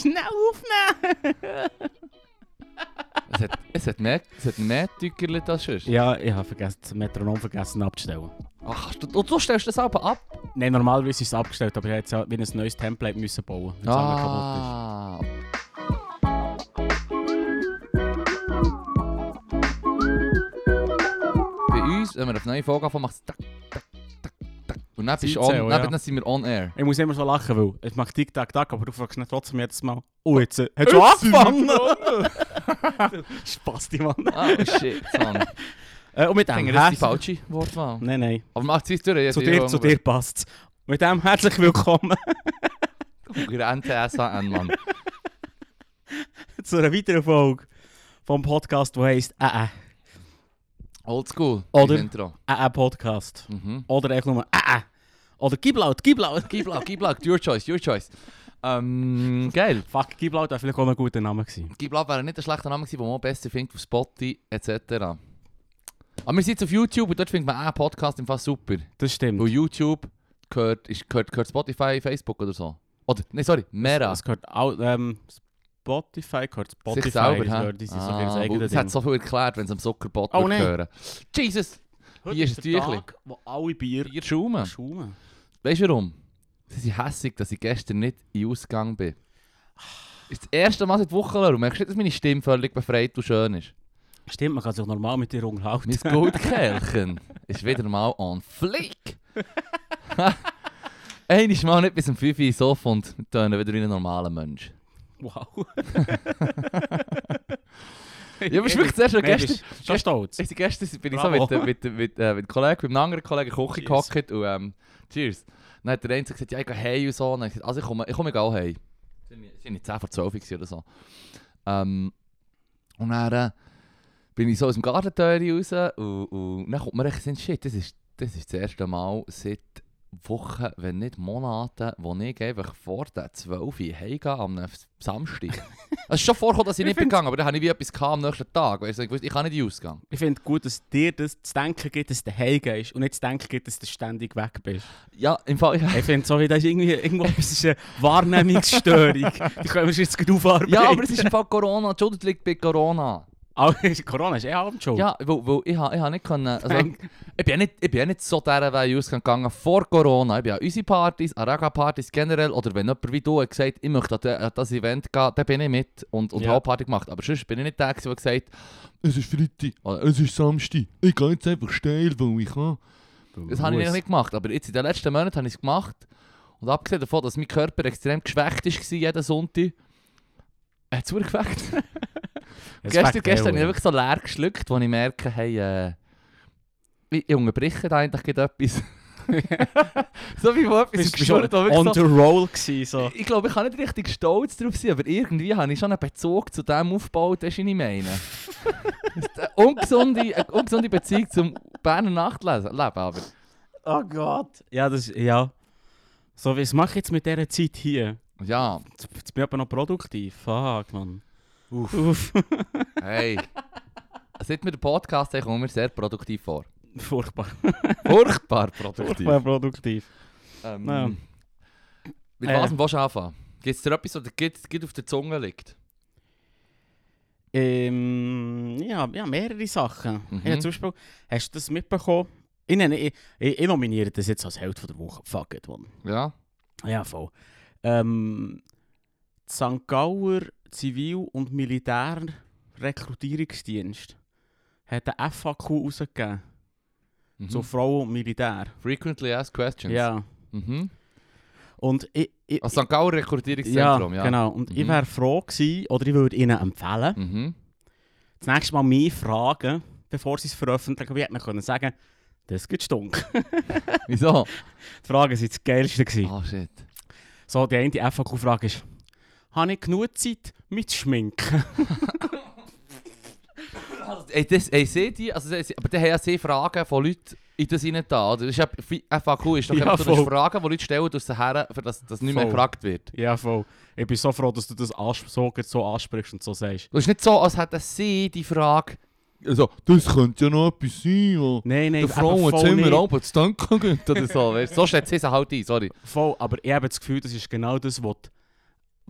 schnell aufnehmen! es hat mehr Tückerli als sonst. Ja, ich habe das Metronom vergessen abzustellen. Ach, du stellst das aber ab? Nein, normalerweise ist es abgestellt, aber ich hätte ja wie ein neues Template müssen bauen, weil es einfach kaputt ist. Bei uns, wenn wir eine neue Folge anfangen, macht es tak, tak, tak, tak. Und dann, bist du Zeitzähl, on, ja. dann sind wir on air. Ich muss immer so lachen, weil es macht Tick-Tack-Tack, aber du fragst nicht trotzdem jedes Mal, oh, jetzt hat schon angefangen! Spaß, die Mann. Ah, shit, Mann. Und mit Ich dem denke, das ist die falsche Wortwahl. Nein. Aber macht es durch. Zu dir passt es. Mit dem herzlich willkommen Konkurrente SAN, Mann. zu einer weiteren Folge vom Podcast, der heisst Oldschool. Oder- das Intro. Podcast. Mhm. Oder einfach nur Oder Giblaut. Keep loud, your choice. Geil. Fuck, Giblaut wäre vielleicht auch ein guter Name gewesen. Keep loud wäre nicht ein schlechter Name gewesen, den man besser findet auf Spotify etc. Aber wir sind jetzt auf YouTube und dort findet man einen Podcast im Fall super. Das stimmt. Weil YouTube gehört Spotify, Facebook oder so. Oder, nein, sorry, Mera. Es gehört auch, Spotify gehört Spotify. Sich selber, das hä? gehört, die sind so viel eigenes das hat so viel erklärt, wenn es am Zuckerbot Oh, wird nein. hören. Jesus! Hier ist ein der Tüchli. Tag, wo alle Bier Bier schaumen. schaumen. Weißt du warum? Sie sind hässig, dass ich gestern nicht in den Ausgang bin. Das ist das erste Mal seit Wochen lang. Merkst du nicht, dass meine Stimme völlig befreit und schön ist? Stimmt, man kann sich normal mit dir unterhalten. Mein Goldkerlchen ist wieder mal on fleek. Einmal mal nicht bis um 5 Uhr so und wir tönen wieder wie ein normaler Mensch. Wow. Ja, aber es ist wirklich sehr schön. Nein, Gestern, bist schon stolz. gestern bin ich Bravo. so mit einem Kollegen, mit einem anderen Kollegen in die Küche Cheers. gehockt und cheers. Dann hat der eine gesagt, ja, ich gehe heim und so. Und dann habe ich gesagt, also ich komme auch heim. Es waren nicht 10 vor 12 gewesen oder so. Und dann bin ich so aus dem Gartentür raus und dann kommt mir echt in den Shit, das ist das erste Mal seit Wochen, wenn nicht Monaten, wo ich einfach vor der 12 Uhr heimgehe am Samstag. Es ist schon vorgekommen, dass ich nicht gegangen, aber dann habe ich wie etwas am nächsten Tag. Weißt du, ich wusste, ich kann nicht in den Ausgang. Ich finde gut, dass dir das zu denken gibt, dass du heim gehst und nicht zu denken gibt, dass du ständig weg bist. Ja, im Fall... Ich finde, sorry, das ist irgendwo das ist eine Wahrnehmungsstörung. Die können wir jetzt gut aufarbeiten. Ja, aber es ist im Fall Corona. Die Schuld liegt bei Corona. Corona ist halb schon. Ja, weil ich ha nicht können... Also, ich bin ja nicht so dieser Weg Ausgang gegangen vor Corona. Ich bin an unsere Partys, an Raga-Partys generell, oder wenn jemand wie du hat gesagt, ich möchte an das Event gehen, dann bin ich mit und Ja. Hauptparty gemacht. Aber sonst bin ich nicht der, der gesagt es ist Freitag, oder es ist Samstag, ich gehe jetzt einfach steil, weil ich kann. Das habe ich eigentlich nicht gemacht, aber jetzt in den letzten Monaten habe ich es gemacht. Und abgesehen davon, dass mein Körper extrem geschwächt war jeden Sonntag, hat es gefällt. Gestern habe ich wirklich so leer geschluckt, wo ich merke, hey, ich unterbreche da eigentlich etwas. So wie wo etwas Bist du geschwört, wo wirklich on the roll gewesen, so. Ich glaube, ich kann nicht richtig stolz drauf sein, aber irgendwie habe ich schon einen Bezug zu dem aufgebaut, das ist, was ich meine. Eine ungesunde Beziehung zum Berner Nachtleben, aber... Oh Gott. Ja, das ist, ja. So, was mache ich jetzt mit dieser Zeit hier? Ja, Jetzt bin ich aber noch produktiv. Fuck, Mann. Uff. hey. Seit wir den Podcast haben, kommen wir sehr produktiv vor. Furchtbar. Furchtbar produktiv. Furchtbar produktiv. Ja. Ja. Mit was willst du anfangen? Gibt es dir etwas, das dir auf der Zunge liegt? Ja, mehrere Sachen. Mhm. Ja, zum Beispiel, hast du das mitbekommen? Ich nominiere das jetzt als Held von der Woche. Fuck it, Mann. Ja? Ja, voll. St. Gauer Zivil- und Militär-Rekrutierungsdienst hat eine FAQ rausgegeben. Mhm. Zu Frauen und Militär. Frequently Asked Questions. Ja. Mhm. Und ich Also St. Gauer Rekrutierungszentrum, ja. genau. Und ich Mhm. wäre froh gewesen, oder ich würde Ihnen empfehlen, Mhm. das nächste Mal mich fragen, bevor Sie es veröffentlichen, wie hätte man können sagen, das geht stunk. Wieso? Die Fragen waren das Geilste gewesen. Ah, shit. So, die eine FAQ-Frage ist, habe ich genug Zeit mit Schminken? Sehe die, also, aber die haben ja sehr Fragen von Leuten in das rein da, oder? Das ist ja, FAQ ist doch Ja, einfach so voll. Fragen, die Leute stellen aus der her, für das nicht mehr Voll. gefragt wird. Ja, voll. Ich bin so froh, dass du das so ansprichst und so sagst. Es ist nicht so, als hätten sie die Frage, also, das könnte ja noch etwas sein, wo Nein, der Frauen jetzt immer Alben zu danken gibt, oder so. Weißt? So stellt sie es halt ein, sorry. Voll, aber ich habe das Gefühl, das ist genau das, was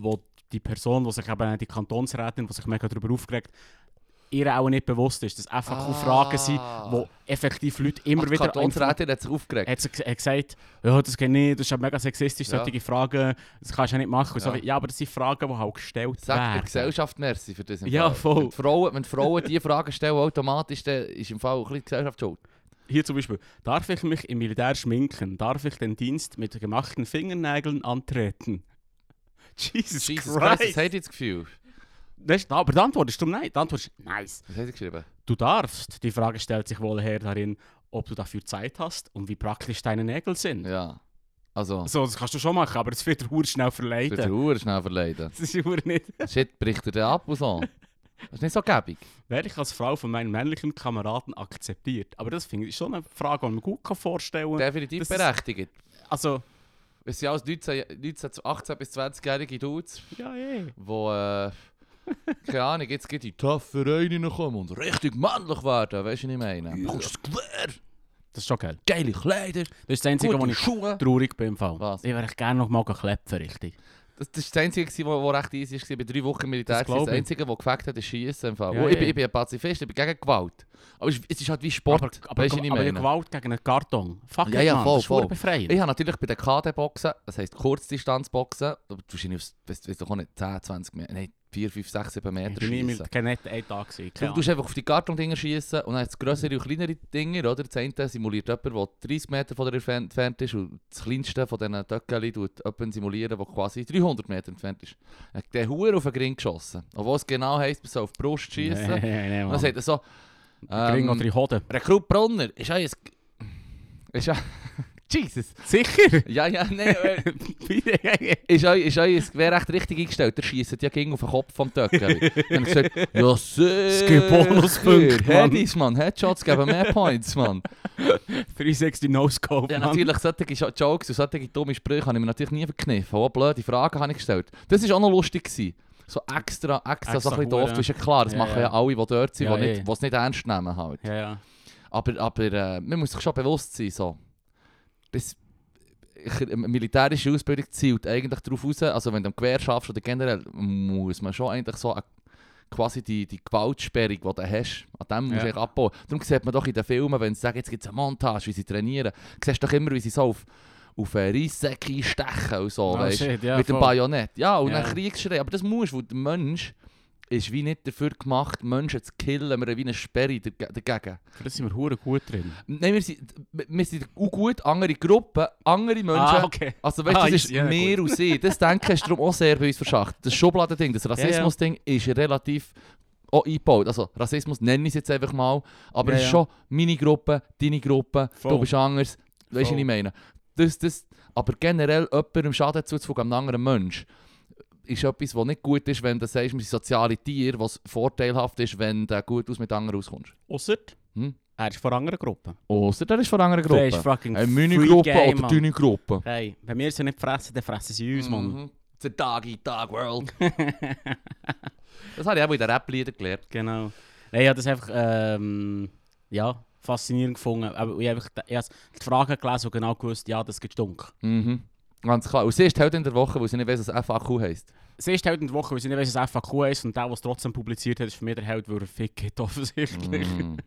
die Person, die sich eben, die Kantonsrätin, die sich mega darüber aufgeregt, ihr auch nicht bewusst ist, dass FAQ-Fragen sind, wo effektiv Leute immer die wieder... Kantonsrätin hat sich aufgeregt. hat gesagt, ja, das geht nicht, das ist ja mega sexistisch, Ja. solche Fragen, das kannst du ja nicht machen. Ja. Ja, aber das sind Fragen, die halt gestellt Sag der werden. Gesellschaft merci für das. Im Ja, Fall. voll. Wenn Frauen diese Fragen stellen, automatisch, dann ist im Fall ein bisschen die Gesellschaft schuld. Hier zum Beispiel, darf ich mich im Militär schminken? Darf ich den Dienst mit gemachten Fingernägeln antreten? Jesus Jesus Christ! Christ, was habt ihr das Gefühl? Aber die Antwort ist nein. Die Antwort ist nice. Was habt ihr geschrieben? Du darfst. Die Frage stellt sich wohl her darin, ob du dafür Zeit hast und wie praktisch deine Nägel sind. Ja. Also, So, das kannst du schon machen, aber das wird dir verdammt schnell für die verleiden. Uhr schnell verleiden. Das ist verdammt nicht. Shit, bricht er den ab und so. Das ist nicht so gäbig. Werde ich als Frau von meinen männlichen Kameraden akzeptiert? Aber das finde ich schon eine Frage, die man gut vorstellen kann. Definitiv Das ist- berechtigt. Also, Es sind alles 18 bis 20-jährige Dudes, ja, eh. die, keine Ahnung, jetzt in die tough Vereine kommen und richtig männlich werden, weißt du, was ich meine? Du brauchst ein Gewehr, Das ist schon geil. geile Kleider, Das ist das Einzige, wo gute ich Schuhe. traurig bin im Fall. Was? Ich würde gerne noch mal klepfen, richtig. Das war das Einzige, was recht easy war. Bei 3 Wochen Militär Das war das glaub ich. Einzige, was gefackt hat, ist Schiessen. Im Fall. Ja, Und ich, ja. ich bin ein Pazifist, ich bin gegen Gewalt. Aber es ist halt wie Sport, aber weißt du, was ich aber die meine? Gewalt gegen einen Karton. Fuck Ja, it, ja, Mann, voll, das ist voll. befreiend. Ich habe natürlich bei den KD-Boxen, das heisst Kurzdistanzboxen, wahrscheinlich auf, weißt du auch nicht, 10, 20 Meter, nein, 4, 5, 6, 7 Meter Ich bin nie schiessen. mit keinem einen Tag gewesen. Du keine tust einfach auf die Kartondinger schiessen und dann hat es grössere und kleinere Dinger, oder? Das eine simuliert jemand, der 30 Meter von dir entfernt ist und das kleinste von diesen Töckchen tut jemanden simulieren, der quasi 300 Meter entfernt ist. Er hat den Huren auf den Ring geschossen. Obwohl es genau heisst, man soll auf die Brust Ahnung. schiessen. Nee, Und dann Mann. sagt er so, Ring oder in Hoden. Rekrut Brunner, ist ja jetzt... Ist ja... Jesus! Sicher? Ja, nein, ist euer Gewehr recht richtig eingestellt. Der schiesst ja gegen auf den Kopf vom Töckeli. Dann hat er gesagt, ja sehr. Es gibt Bonuspunkte, Mann. Headies, Mann. Headshots geben mehr Points, Mann. 360 No-Scope, Ja, Mann. natürlich, solche Jokes und solche dumme Sprüche habe ich mir natürlich nie verkniffen. Auch blöde Fragen habe ich gestellt. Das war auch noch lustig gewesen. So extra so ein bisschen doof. Das ist ja klar, das Ja, machen ja. ja alle, die dort sind, Ja, die eh. es nicht ernst nehmen halt. Ja, ja. Aber man muss sich schon bewusst sein, so. Eine militärische Ausbildung zielt eigentlich darauf raus, also wenn du am Gewehr schaffst oder generell, muss man schon eigentlich so quasi die Gewaltsperrung, die du hast, an dem musst du eigentlich abbauen. Darum sieht man doch in den Filmen, wenn sie sagen, jetzt gibt es eine Montage, wie sie trainieren, siehst du doch immer, wie sie so auf Reissäcke stechen und so, Oh, weißt, shit, ja, mit dem voll. Bajonett. Ja, und Ja. dann Kriegsschrei. Aber das musst du, weil der Mensch ist wie nicht dafür gemacht, Menschen zu killen, wir haben wie eine Sperre dagegen. Für das sind wir hure gut drin. Nein, wir sind auch gut, andere Gruppen, andere Menschen. Okay. Also weißt du, das ist ja, mehr gut. und sie. Das Denken ist darum auch sehr bei uns verschachtet. Das Schubladending, das Rassismus-Ding ist relativ auch eingebaut. Also Rassismus nenne ich es jetzt einfach mal, aber Ja, es ist ja. schon meine Gruppe, deine Gruppe, du Voll. bist anders. Weißt du, was Voll. ich meine? Aber generell jemandem Schaden zuzufügen, einem anderen Mensch, ist etwas, was nicht gut ist, wenn du sagst, wir sind soziale Tiere, was vorteilhaft ist, wenn du gut mit anderen auskommst. Ausser, Hm? er ist von einer anderen Gruppe. Ausser der ist von einer Der Gruppe. ist fucking Meine free Gruppe game, oder Mann. deine Gruppe? Hey, wenn wir sie nicht fressen, dann fressen sie uns, Mann. Mhm. The Dog-Eat-Dog-World. Das habe ich auch in den Rap-Liedern gelernt. Genau. Nein, ich habe das einfach ja, faszinierend gefunden. Aber ich habe erst die Fragen gelesen und genau gewusst, ja, das gibt Stunk. Mhm. Ganz klar. Und sie ist halt in der Woche, wo sie nicht weiss, was FAQ heisst. Sie ist halt in der Woche, weil sie nicht weiss, was FAQ ist und der, der es trotzdem publiziert hat, ist für mich der Held, weil er Fick hat, offensichtlich. Mhm.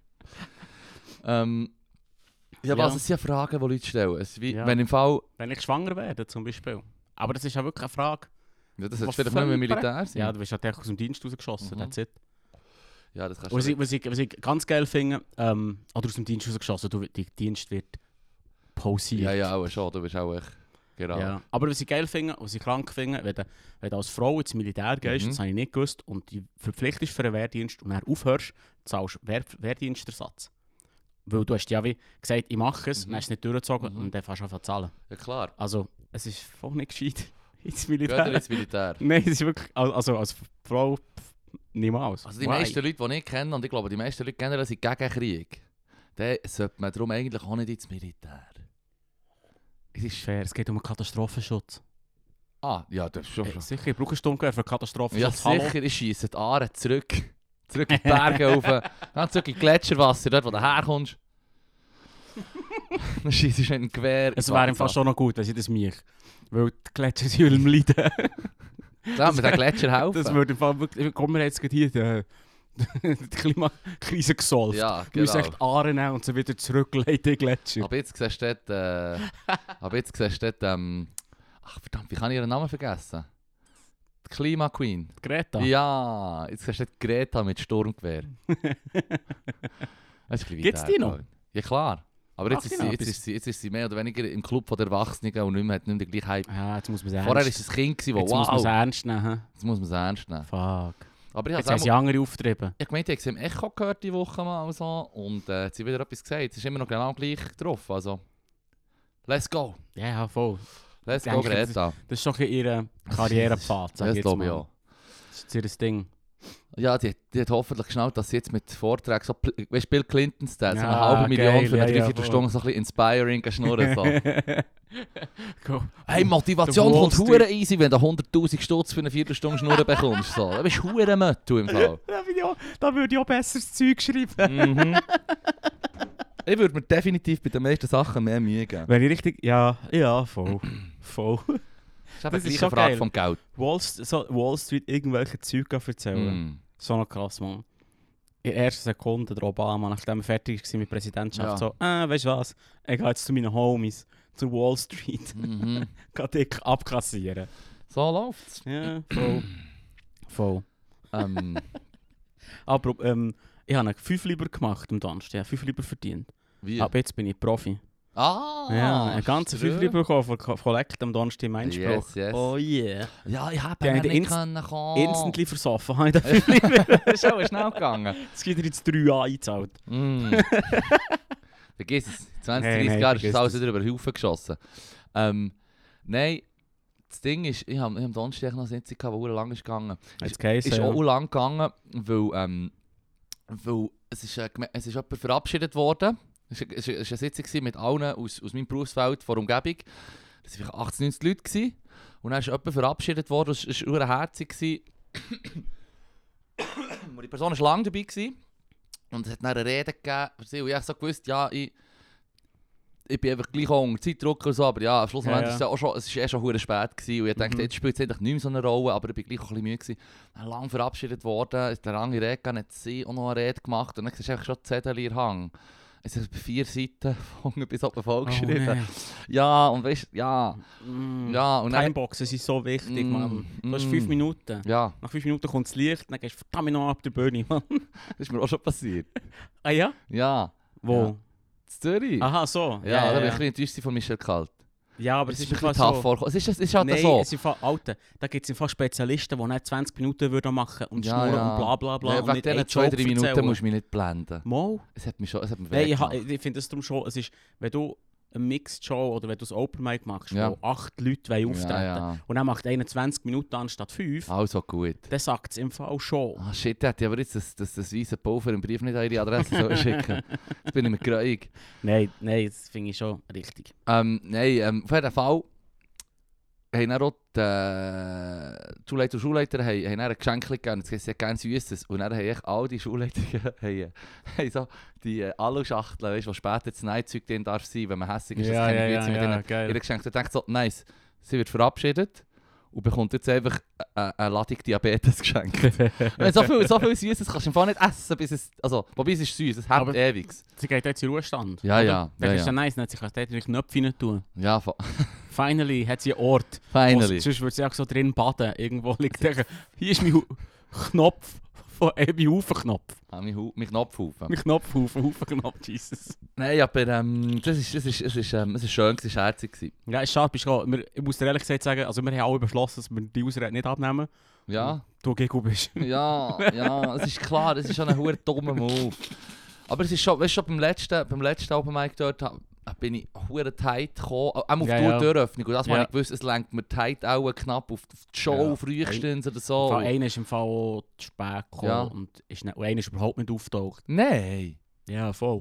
Ja, was es sind Fragen, die Leute stellen. Es ist wie, Ja. wenn im Fall... Wenn ich schwanger werde, zum Beispiel. Aber das ist ja wirklich eine Frage. Ja, das Was hat vielleicht nicht mehr völlig Militär sein. Ja, du wirst halt aus dem Dienst rausgeschossen, Mhm. that's it. Ja, das kannst Was du ich ganz geil finde, oder aus dem Dienst rausgeschossen, der Dienst wird pausiert. Ja, ja, auch schon. Du bist auch echt... Genau. Ja. Aber was ich geil finde, was ich krank finde, wenn du als Frau ins Militär gehst, Mhm. das habe ich nicht gewusst, und du verpflichtest für einen Wehrdienst und dann aufhörst, zahlst Wehrdienstersatz. Weil du hast ja wie gesagt, ich mache es, Mhm. dann hast du es nicht durchgezogen Mhm. und dann fährst du einfach zahlen. Ja, klar. Also, es ist voll nicht gescheit ins Geht Militär. er ins Militär? Nein, es ist wirklich, also als Frau niemals. Also die Why? meisten Leute, die ich kenne, und ich glaube, die meisten Leute generell sind gegen Krieg, dann sollte man darum eigentlich auch nicht ins Militär. Es ist fair, es geht um einen Katastrophenschutz. Ah, ja, das ist schon... Sicher, ich brauche eine Stunde für Ja, Katastrophenschutz. Hallo? sicher, ich schiesse die Aare zurück. Zurück in die Berge rauf. Dann zurück in die Gletscherwasser, dort wo du herkommst. Dann schiesse ich in ein Gewehr. Es wäre fast schon noch gut, dass ich das mich. Weil die Gletscher sind am Leiden. Da mit den Gletscher helfen. Das würde im Fall wirklich... Komm, wir haben jetzt gerade hier die Klimakrise gesolved. Ja, Du musst genau. echt Aare nehmen und sie wieder zurückleiten in den Gletscher. Aber jetzt siehst du dort... ach verdammt, wie kann ich ihren Namen vergessen? Die Klima-Queen. Greta. Ja, jetzt siehst du dort Greta mit Sturmgewehr. Gibt's die noch? Ja klar. Aber jetzt Ach, ist, genau, jetzt ist sie mehr oder weniger im Club der Erwachsenen und nicht mehr, hat nicht mehr den gleichen Hype. Ja, jetzt muss man es Vorher war ernst es ein Kind, das Jetzt muss man es wow, ernst nehmen. jetzt muss man es ernst nehmen. Fuck. Aber ich Jetzt habe haben sie andere aufgetrieben. ich meinte, ich habe im Echo gehört die Woche mal und so, und sie wieder etwas gesagt. Es ist immer noch genau gleich getroffen. Also, let's go. Ja, voll. Let's Ich go, denke, Greta. Das ist doch ihr Karrierepfad, sag Das ich jetzt glaube ich mal. auch. Das ist ihr Ding. Ja, die hat hoffentlich geschnallt, dass sie jetzt mit Vorträgen so, weißt du, Bill Clintons, der so eine Ja, halbe Million geil, für eine ja, ja, Dreiviertelstunde so ein bisschen inspiring schnurren. So. Cool. Hey, Motivation Der Wall kommt hure easy, wenn du 100'000 Stutz für eine Viertelstunde Schnurren bekommst. So. Da bist du hure Möttu im Fall. Da würde ich auch besseres Zeug schreiben. Mhm. Ich würde mir definitiv bei den meisten Sachen mehr Mühe geben. Wenn ich richtig... Ja, voll. Voll. Das Das ist ist eine schon Frage geil. vom Geld. Wall Street irgendwelche Zeug erzählen. Mm. So noch krass, Mann. In der ersten Sekunde der Obama, nachdem er fertig war mit der Präsidentschaft, Ja. so, weißt du was, ich gehe jetzt zu meinen Homies, zu Wall Street, Mhm. gehe dick abkassieren. So läuft's. Ja, voll. Voll. Ähm, Aber ich habe einen 5 lieber gemacht am Donnerstag, ich habe 5 lieber verdient. wie? Aber jetzt bin ich Profi. Ah! Ja, einen ganzen schön. 5 lieber bekommen von Collect am Donnerstag im Einspruch. Yes, yes. Oh yeah. Ja, ich habe Die haben nicht den können kommen. Instantly versoffen, habe ich den 5 lieber. Das ist auch schnell gegangen. Es gibt jetzt 3 Jahre eingezahlt. Mm. Vergiss es. 20, Hey, 30 nein, Jahre ist vergiss das alles das. wieder über den Haufen geschossen. Nein, das Ding ist, ich habe am Donnerstag noch eine Sitzung gehabt, die sehr lang ist gegangen. Jetzt geht's, Ist ja. auch lang gegangen, weil es ist jemand verabschiedet worden. Es war eine Sitzung gewesen mit allen aus meinem Berufsfeld, von der Umgebung. Das waren 18, 19 Leute. Gewesen. Und dann ist jemand verabschiedet worden, es war sehr herzig. Gewesen. Die Person war lange dabei. Gewesen. Und es hat dann eine Rede gegeben für sie. Und ich habe so gewusst, ja, ich bin einfach gleich auch unter Zeitdruck und so, aber ja, am Schluss Ja, ist es auch schon, es ist schon verdammt spät gewesen. Und ich dachte, jetzt spielt es eigentlich nicht mehr so eine Rolle, aber ich bin gleich auch ein bisschen müde gewesen. Dann lang verabschiedet worden, ist der lange Rede gegangen, hat sie auch noch eine Rede gemacht und dann ist einfach schon die Zettel in der Hang. Es ist 4 Seiten von bis auf den vollgeschrieben. nein. Ja, und weißt du, ja. Mm. Ja, und dann... Timeboxen sind so wichtig, Mm, Mann. Du hast 5 Minuten. Ja, Nach 5 Minuten kommt das Licht, dann gehst du verdammt noch ab der Bühne, Mann. das ist mir auch schon passiert. Ah ja? Ja. Wo? Ja. In Zürich. Aha, so. Ja, da bin ich ein bisschen enttäuscht von Michel Kalt. Ja, aber Es es ist ist ein im bisschen Fall tough so. vorgekommen. Es ist halt Nein, so. es sind Alter. Da gibt es einfach Spezialisten, die nicht 20 Minuten würden machen und Ja, schnurren ja. und bla bla bla. Ja, und wegen nicht diesen einen 2-3 Joke Minuten erzählen. musst du mich nicht blenden. Mal? Es hat mich Nein, weggemacht. ich finde es darum schon, es ist, wenn du eine Mixed Show oder wenn du ein Open Mic machst, Ja. wo 8 Leute auftreten Ja. und dann macht einer 20 Minuten anstatt 5, Also gut. dann sagt es im Fall schon. Ah shit, hätte ich aber jetzt das weisse Pulver im Brief nicht an ihre Adresse sollen schicken. Jetzt bin ich mir gereut. Nein, das finde ich schon richtig. Nein, auf jeden Fall haben dann auch die Schulleiter und Schulleiter haben dann ein Geschenk gegeben. Das heisst, sie haben gerne Süßes. Und dann haben echt all die Schulleiter haben so die Aluschachteln, weißt du, wo später das Neidzeug drin darf sein, wenn man hässig ist. Das kennen wir jetzt mit ihnen. geil. Ihr Geschenk. Ich dachte so, nice, sie wird verabschiedet und bekommt jetzt einfach eine Ladung Diabetes geschenkt. Wenn so viel Süßes kannst du im Fall nicht essen, bis es, also, wobei es ist süß, es hat Aber- ewig. Sie geht jetzt in Ruhestand. Ja, oder? ja, Das ja, ist ja. ja nice, dann hat sie dort einen Knopf rein tun. Ja, Finally hat sie einen Ort. finally. Sonst würde sie auch so drin baden. Irgendwo liegt der, hier ist mein Knopf, mein Haufenknopf. Ah, mein Knopfhaufen. Mein Knopfhaufen, Haufenknopf, Jesus. Nein, aber es ist schön, es war herzig gewesen. Ja, ist schade, ich muss dir ehrlich gesagt sagen, also wir haben alle beschlossen, dass wir die Ausrede nicht abnehmen. Ja, Du Gego bist. ja, es ist klar, es ist schon ein verdammt dummer Move. Aber es ist schon, weißt du, beim letzten Open Mic dort bin ich verdammt tight gekommen, auch auf Ja, die ja. Türöffnung. Und das Ja. habe ich gewusst, es lenkt mir tight auch knapp auf die Show, Ja. frühestens oder so. Einer ist im Fall auch zu spät gekommen Ja. und einer ist überhaupt nicht auftaucht. Nein! Ja, voll.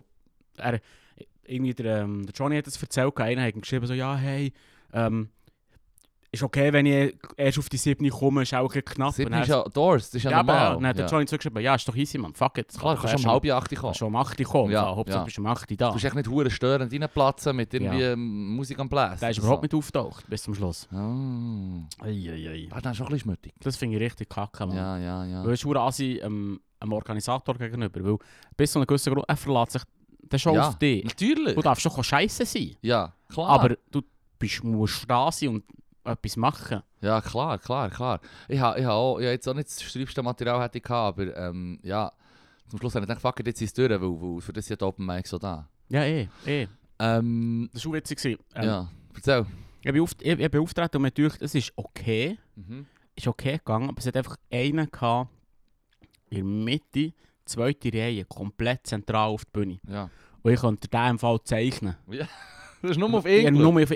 Irgendwie der Johnny hat es erzählt, einer hat ihm geschrieben so, ja, hey, ist okay, wenn ich erst auf die 7 komme, ist auch ein knapp. 7 ist ja Doors, das ist ja ja, normal. aber dann hat der Johnny zurückgeschrieben, ja, ist doch easy, man, fuck it. Klar, du kannst um 7:30 kommen. Schon um 8 kommen, Ja, ja, Hauptsache ja. bist du um 8 da. Du musst echt nicht hure störend reinplatzen mit irgendwie Musik am Bläsen. Der ist überhaupt nicht auftaucht, bis zum Schluss. Oh. Eieiei. Ah, das ist schon ein bisschen schmüttig. Das finde ich richtig kacke, man. Ja. Weil es ist verdammt assi einem Organisator gegenüber, weil bis zu einem gewissen Grund, er verlässt sich den Show auf dich. Natürlich. Du darfst doch scheiße sein, Ja, klar. aber du musst da sein und etwas machen. Ja, klar. Ich habe jetzt auch nicht das schreibste Material hätte ich gehabt, aber ja, zum Schluss habe ich gedacht, fuck it, jetzt ist es durch, weil für das ist ja die Open Mic so da. Ja, Das war schon witzig. Ja, erzähl. Ich bin auftreten und mir gedacht, es ist okay. Ist okay gegangen, aber es hat einfach einen gehabt, in der Mitte, 2. Reihe, komplett zentral auf der Bühne. Ja. Und ich konnte den im Fall zeichnen. Ja. Das ist nur auf Ja, Englisch.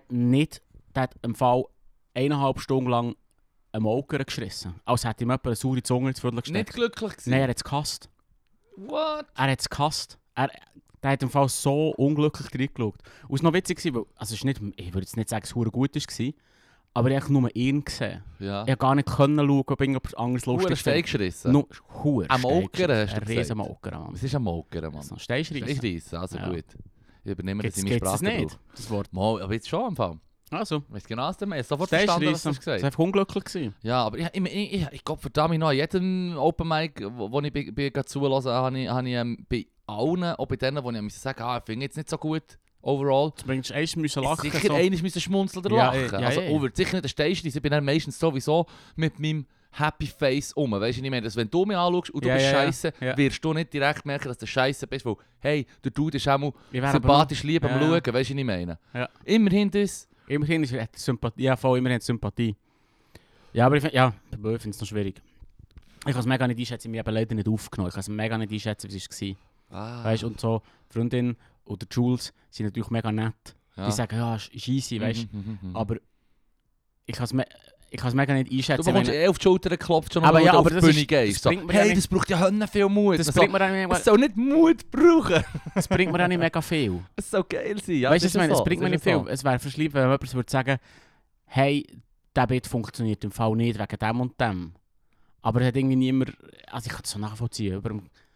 der hat im Fall 1,5 Stunden lang einen Molker geschissen. Als hätte ihm jemand eine saure Zunge ins Viertel gesteckt. Nicht glücklich gewesen. Nein, er hat es gehasst. What? Er hat es gehasst. Der hat im Fall so unglücklich reingeschaut. Und es war noch witzig, weil, also es ist nicht, ich würde jetzt nicht sagen, dass es verdammt gut war, aber ich habe nur ihn gesehen. Ja. Ich konnte gar nicht schauen, ob irgendetwas anderes lustig Hure Steig geschissen. Nur Huer. Am Molkern hast du Ein riesen gesagt. Molker, Mann. Es ist ein Molkern, Mann. So ein Steinschreissen. Steinschreissen, also Ja. gut. Ich übernehme das Gibt's in meine es Sprache. nicht, das Wort. Mal, aber jetzt schon am Fall. Also, Weißt du genau, was du meinst? Sofort verstanden, was du Steinschreissen. hast Das war gesagt. einfach unglücklich gewesen. Ja, aber ich glaube, verdammt noch an jedem Open Mic, wo ich bin zulassen, habe ich bei allen, auch bei denen, wo ich sagen ich finde jetzt nicht so gut, overall. Zumindest eins müssen lachen. Sicher so. einmal müssen schmunzeln oder Ja, lachen. ja, Also, ja. wird sicher nicht der Steinschreiss. Ich bin dann meistens sowieso mit meinem Happy Face um. Weißt du, ich meine, dass wenn du mich anschaust und du Ja, bist ja, ja. scheiße, Ja. wirst du nicht direkt merken, dass du scheiße bist, weil, hey, der Dude ist auch mal Ich wäre sympathisch lieb am Ja. Schauen, weißt du, was ich meine? Ja. Immerhin das. Immerhin ist Sympathie. Ja, voll, immerhin Sympathie. Ja, aber ich finde es noch schwierig. Ich kann es mega nicht einschätzen, ich habe leider nicht aufgenommen. Ich kann es mega nicht einschätzen, wie es war. Weißt, und so, die Freundin oder Jules sind natürlich mega nett. Ja. Die sagen, ja, ist easy, weißt Mhm. aber ich kann es mega nicht Du einschätzen. bekommst auf die Schulter geklopft, schon Aber wenn ja, du aber auf die das Bühne ist- gehst. das So, bringt mir ja hey, nicht- das braucht ja Hönne viel Mut. das Also, bringt mir dann es soll nicht Mut brauchen. das bringt mir auch nicht mega viel. Es soll geil sein. Ja, Weißt du, das was ich meine? ist Es so, bringt mir das nicht ist viel. so. Es wäre verschlieben, wenn jemand würde sagen, hey, der Bit funktioniert im Fall nicht wegen dem und dem. Aber es hat irgendwie niemand. Also ich kann es so nachvollziehen. Aber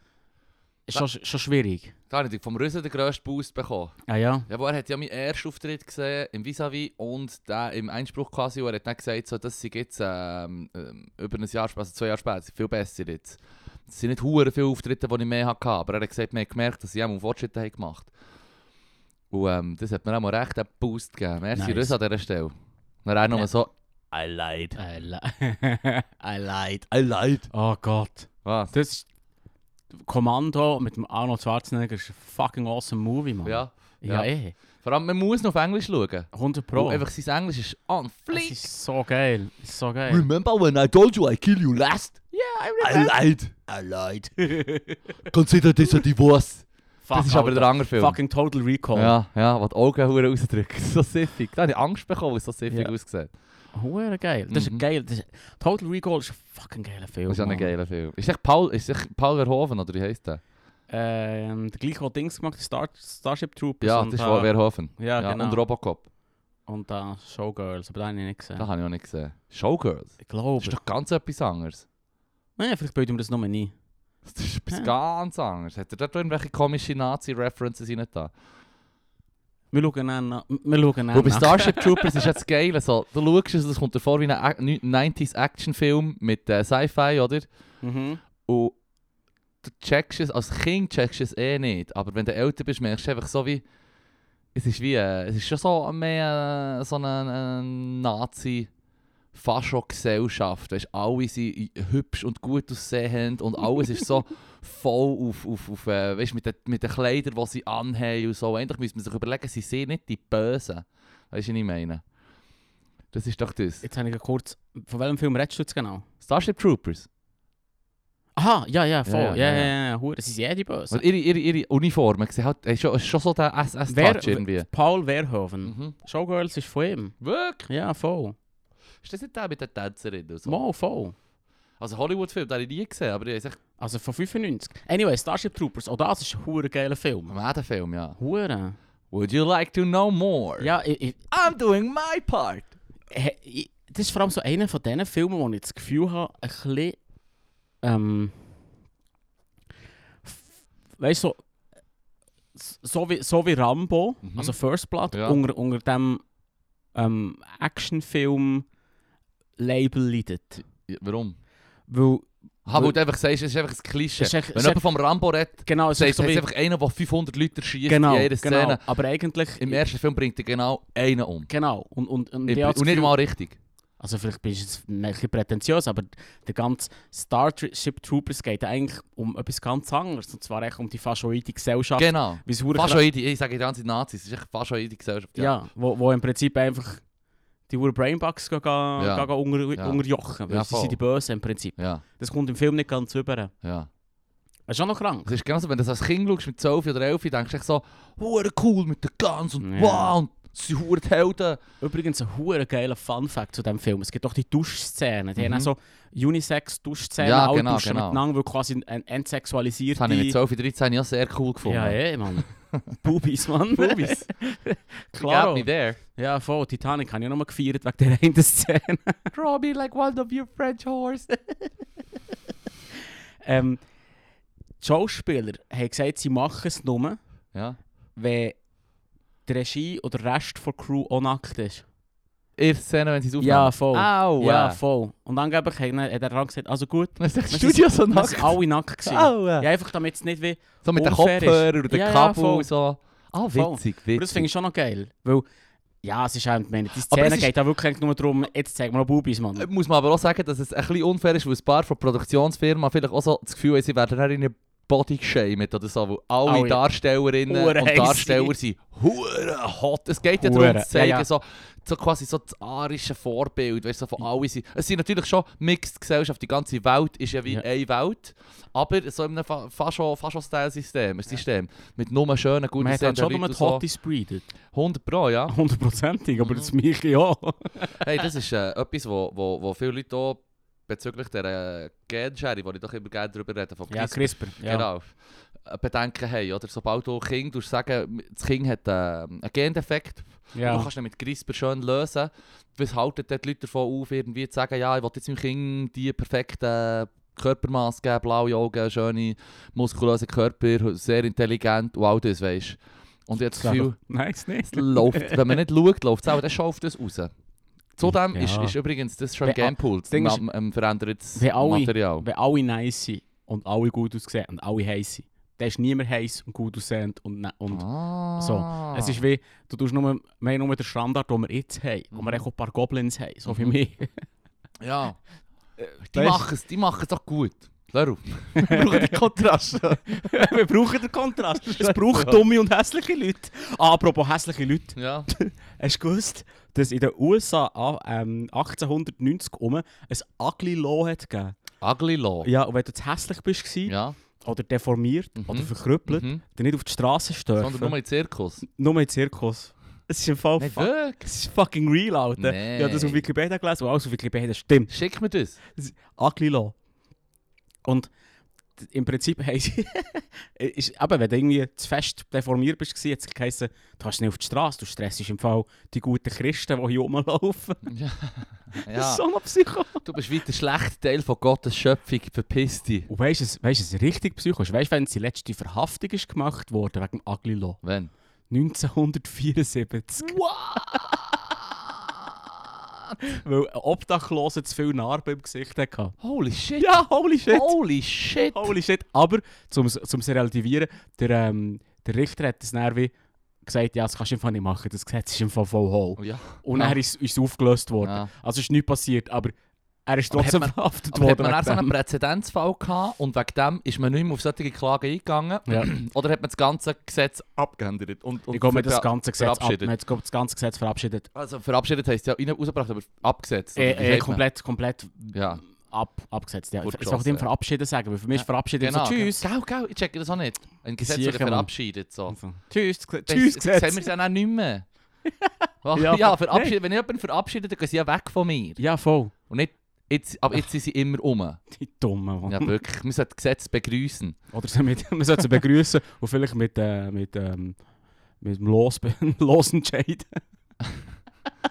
ist schon schwierig. Da habe ich vom Rüssel den grössten Boost bekommen. Ah ja. Ja, aber er hat ja meinen ersten Auftritt gesehen im Vis-a-vis und der im Einspruch quasi, wo er hat dann gesagt, so, das sind jetzt über ein Jahr später, also 2 Jahre später, sind viel besser jetzt. Es sind nicht hure viele Auftritte, die ich mehr hatte, aber er hat gesagt, man hat gemerkt, dass sie auch Fortschritte haben gemacht. Und das hat mir auch mal recht einen Boost gegeben. Merci Nice. Rüssel an dieser Stelle. Und dann auch nochmal Ja. so, I lied. I lied. I lied. Oh Gott. Was? Das ist Kommando mit dem Arnold Schwarzenegger ist ein fucking awesome Movie, Mann. Ja. Ja, ja. Vor allem, man muss noch auf Englisch schauen. 100 Bro. Pro. Einfach sein Englisch ist on Es fleek. ist so geil. Es ist so geil. Remember when I told you I kill you last? Yeah, I lied. I lied. Consider this a divorce. Fuck, Das ist aber Alter. der andere Film. Fucking Total Recall. Ja, was die Augen hure ausdrücken. So siffig. Da habe ich Angst bekommen, weil es so siffig Ja. aussieht. Hure geil. Das ist Mhm. geil. Total Recall ist ein fucking geiler Film. Das ist ja ein Mann. geiler Film. Ist echt Paul Verhoeven, oder wie heisst der? Der gleiche, der Dings gemacht hat, Starship Troopers. Ja, und das ist Verhoeven. Ja, genau. Und Robocop. Und Showgirls, aber den habe ich nicht gesehen. Das habe ich auch nicht gesehen. Showgirls? Ich glaube. Das ist doch ganz etwas anderes. Nein, vielleicht bilden wir das nur nie. Das ist etwas Ja. ganz anderes. Hat er dort irgendwelche komischen Nazi-References rein da? Wir schauen an. Wir schauen Wo bei an. Starship Troopers ist jetzt geil. So, du schaust es, das kommt dir vor wie ein 90s-Action-Film mit Sci-Fi, oder? Mhm. Und du checkst es, als Kind checkst du es eh nicht. Aber wenn du älter bist, merkst du einfach so wie... Es ist wie... es ist schon so mehr so eine Nazi-Fascho-Gesellschaft. Weißt, alle sind hübsch und gut aussehend und alles ist so voll auf weißt, mit den Kleidern, die sie anhaben und so. Eigentlich müsste man sich überlegen, sie sind nicht die Bösen. Weißt du, was ich meine? Das ist doch das. Jetzt habe ich kurz... Von welchem Film redest du jetzt genau? Starship Troopers. Aha, ja, voll. Ja. Ja. Hure, sie sind ja die Bösen. Und ihre Uniformen sehen halt, ist schon so der SS-Touch irgendwie. Paul Verhoeven. Mhm. Showgirls ist von ihm. Wirklich? Ja, voll. Ist das nicht der mit den Tänzerinnen und so? Mal, voll. Also Hollywood-Film, den habe ich nie gesehen, aber ich sage, Also von 95. Anyway, Starship Troopers. Auch das ist ein hure geiler Film. ein Film, ja. Hure. Would you like to know more? Ja, I'm doing my part. Das ist vor allem so einer von diesen Filmen, wo ich das Gefühl habe, ein bisschen... weißt du, so wie Rambo, also First Blood, unter dem Actionfilm-Label leidet. Ja, warum? Weil du einfach sagst, es ist einfach ein Klischee. Wenn jemand vom Rambo redet, genau, sagst du, es ist einfach einer, der 500 Leute schießt in jeder Szene. Genau, aber eigentlich... Im ersten Film bringt er genau einen um. Genau. Und nicht mal richtig. Also vielleicht bist du jetzt ein bisschen prätentiös, aber der ganze Starship Troopers geht eigentlich um etwas ganz anderes. Und zwar echt um die faschoide Gesellschaft. Genau. Faschoide, ich sage die ganze Nazis, es ist echt faschoide Gesellschaft. Ja, wo im Prinzip einfach die Brainbugs unterjochen. Weil sie sind die Bösen im Prinzip. Ja. Das kommt im Film nicht ganz rüber. Ja. Das ist schon noch krank. Es ist genauso, wenn du das als Kind schaust, mit 12 oder 11, denkst du echt so, hure cool mit den Guns und wow, und sie sind hure Helden. Übrigens ein hure geiler Fun-Fact zu diesem Film. Es gibt auch die Duschszenen. Die haben auch so Unisex-Duschszenen, ja, alle genau, duschen miteinander, weil quasi ein entsexualisierte... Das habe ich mit 12, 13 ja sehr cool gefunden. Ja, Mann. Bubis, Mann. Bubis. Klar. Got me there. Ja, voll. Titanic habe ich noch mal gefeiert wegen der einen Szene. Draw me like one of your French horse. Die Schauspieler haben gesagt, sie machen es nur, wenn die Regie oder der Rest der Crew auch nackt ist. In der Szene, wenn sie es aufnehmen? Ja, voll. Au, ja, voll. Und angeblich hat er dann gesagt, also gut, das Studio so nackt. Wir alle nackt gewesen. Ja, einfach damit es nicht wie so mit den Kopfhörern oder den Kabel und so. Witzig. Aber das finde ich schon noch geil, weil ja, es ist halt, die Szene geht da wirklich nur darum, jetzt zeigen wir noch Bubis, Mann. Muss man aber auch sagen, dass es ein bisschen unfair ist, weil ein paar von Produktionsfirmen vielleicht auch so das Gefühl haben, sie werden in eine Body shamed oder so, weil alle Darstellerinnen und Darsteller sind hure hot. Es geht ja darum zu zeigen, so quasi so das arische Vorbild, weißt, so von allen sind. Es sind natürlich schon Mixed Gesellschaft, die ganze Welt ist ja wie eine Welt, aber so in einem fast schon Style-System, mit nur schönen, guten Szenen. Man hat schon nur die Hotties breedet. 100 Pro, ja. 100%, aber das mich ja. Hey, das ist etwas, wo viele Leute auch bezüglich der Genschere, wo ich doch immer gerne darüber rede, von CRISPR. Genau. Bedenken haben, oder? Sobald du Kind sagen, das Kind hat einen Gendefekt, und du kannst ihn mit CRISPR schön lösen, was halten die Leute davon auf, irgendwie zu sagen, ja, ich will jetzt meinem Kind die perfekte Körpermasse geben, blaue Augen, schöne, muskulöse Körper, sehr intelligent und all das, weißt. Und ich habe das Gefühl, es läuft, wenn man nicht schaut, läuft es auch, dann schafft es raus. Zudem ist übrigens das schon Gamepool, verändertes Material. Wenn alle nice sind und alle gut aussehen und alle heiß sind, dann ist niemand heiß und gut aussehend und so. Es ist wie, wir haben nur den Standard, den wir jetzt haben, wo wir auch ein paar Goblins haben, so wie mich. Ja, die machen es doch gut. Hör auf. Wir brauchen den Kontrast. Wir brauchen den Kontrast. Es braucht dumme und hässliche Leute. Apropos hässliche Leute. Ja. Hast du gewusst, dass in den USA 1890 ein Ugly Law hat gegeben? Ugly Law? Ja, und wenn du zu hässlich bist oder deformiert oder verkrüppelt, dann nicht auf die Straße stürfen. Sondern nur im Zirkus? Nur im Zirkus. Es ist im Fall es ist fucking real, Alter. Nee. Ich habe das auf Wikipedia gelesen und alles auf Wikipedia stimmt. Schick mir das. Ugly Law. Und im Prinzip heisst aber wenn du irgendwie zu fest deformiert bist, hat es geheißen, du kannst nicht auf die Straße, du stressst im Fall die guten Christen, die hier rumlaufen. Ja. Das ist so ein Psycho. Du bist wie der schlechte Teil von Gottes Schöpfung, verpiss dich. Und weißt du, was richtig Psycho ist? Weißt du, wenn die letzte Verhaftung ist gemacht wurde wegen dem Ugly Law? Wann? 1974. What? Weil ein Obdachloser zu viel Narben im Gesicht hatte. Holy shit! Ja, holy shit! Holy shit! Holy shit! Aber, zum zu relativieren, der Richter hat es dann wie gesagt, ja, das kannst du einfach nicht machen, das Gesetz ist im Fall voll hohl. Oh, ja. Und dann ist es aufgelöst worden. Ja. Also ist nichts passiert, aber er ist trotzdem verhaftet worden. Hat man so einen Präzedenzfall gehabt und wegen dem ist man nicht mehr auf solche Klagen eingegangen? Ja. Oder hat man das ganze Gesetz abgeändert? Und ich glaube, das ganze Gesetz das ganze Gesetz verabschiedet. Also verabschiedet heisst ja rausgebracht, aber abgesetzt. Komplett ja. abgesetzt. Ja. Ich soll dem verabschieden sagen, weil für mich ist verabschiedet genau, so tschüss. Gau, ich checke das auch nicht. Ein Gesetz wird verabschiedet. So. Also. Tschüss, Gesetz. Das sehen wir es ja auch nicht mehr. Ja, verabschiedet. Wenn ich jemanden verabschiedet, dann gehen sie ja weg von mir. Ja, voll. Und nicht, aber jetzt sind sie immer um. Die Dummen. Mann. Ja, wirklich. Man sollte das Gesetz begrüßen. Oder man sollte sie begrüßen und vielleicht mit dem Losentscheid.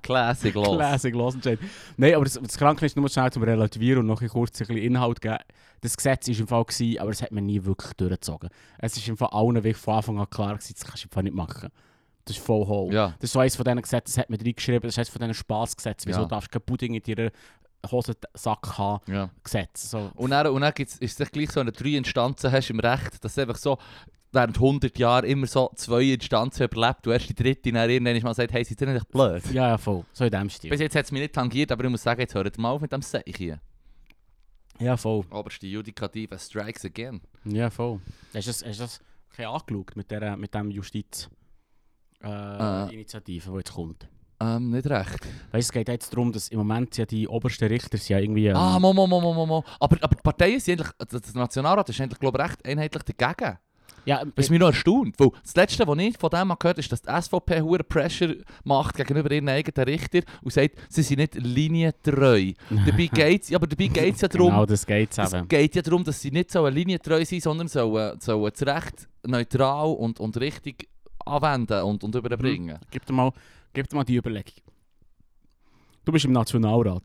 Classic los. Classic Losentscheid. Nein, aber das Kranke ist, nur schnell zum Relativieren und noch kurz ein bisschen Inhalt geben. Das Gesetz war im Fall, aber es hat man nie wirklich durchgezogen. Es ist im Fall allen Weg von Anfang an klar gewesen, das kannst du einfach nicht machen. Das ist voll hohl. Ja. Das ist so eines von diesen Gesetzen, das hat man reingeschrieben, das ist eines von diesen Spaßgesetzen. Wieso darfst du kein Pudding in deiner Hosensack haben? Ja. Gesetz. So. Und dann ist es gleich so, wenn du 3 Instanzen hast im Recht, dass du einfach so während 100 Jahren immer so 2 Instanzen überlebt. Du erst die dritte dann irgendwann mal sagt, hey, seid ihr nicht blöd? Ja, voll. So in dem Stil. Bis jetzt hat es mich nicht tangiert, aber ich muss sagen, jetzt hört mal auf mit dem Seich hier. Ja, voll. Oberste Judikative strikes again. Ja, voll. Hast du das angeschaut mit dem Justiz-Initiative, die jetzt kommt? Nicht recht. Weißt, es geht jetzt darum, dass im Moment ja die obersten Richter ja irgendwie... Mo. Aber die Parteien sind eigentlich... Der Nationalrat ist eigentlich, glaube ich, recht einheitlich dagegen. Ja, das ist mich noch erstaunt. Weil das Letzte, was ich von dem gehört habe, ist, dass die SVP hohe Pressure macht gegenüber ihren eigenen Richter und sagt, sie sind nicht linientreu. Dabei geht es ja darum... Genau, das geht's eben. Es geht ja darum, dass sie nicht so linientreu sind, sondern sollen das Recht neutral und richtig anwenden und überbringen. Gib dir mal die Überlegung. Du bist im Nationalrat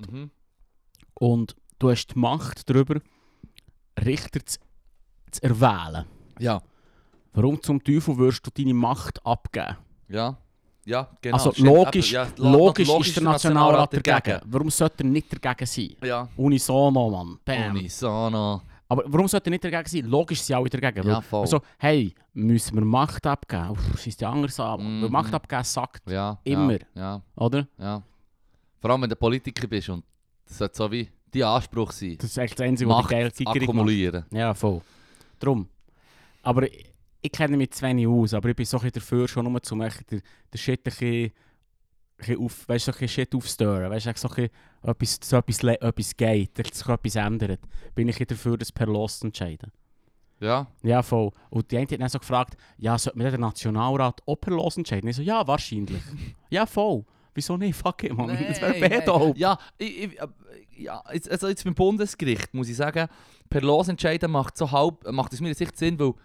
und du hast die Macht darüber, Richter zu erwählen. Ja. Warum zum Teufel würdest du deine Macht abgeben? Ja, genau. Also logisch ist der Nationalrat dagegen. Warum sollte er nicht dagegen sein? Ja. Unisono, Mann. Bam. Unisono. Aber warum sollte er nicht dagegen sein? Logisch sind alle dagegen. Ja, voll. Also, hey, müssen wir Macht abgeben? Das ist die andere Sache. Weil Macht abgeben sagt immer. Ja. Oder? Ja. Vor allem, wenn du Politiker bist und das sollte so wie dein Anspruch sein. Das ist echt das Einzige, was die geile akkumulieren. Ja, voll. Drum. Aber ich kenne mich zu wenig aus, aber ich bin so ein dafür, schon nur zu machen, den Shit ein bisschen auf, weißt du, so ein Shit aufstören, weißt du, so etwas geht, dass sich etwas ändert, bin ich dafür, das per Los zu entscheiden. Ja? Ja, voll. Und die eine hat dann so gefragt, ja, sollte man den Nationalrat auch per Los entscheiden? Ich so, ja, wahrscheinlich. Ja, voll. Wieso nicht? Fuck it, Mann. Das wäre dope. Ja, jetzt beim Bundesgericht muss ich sagen, per Los entscheiden macht aus meiner Sicht Sinn, weil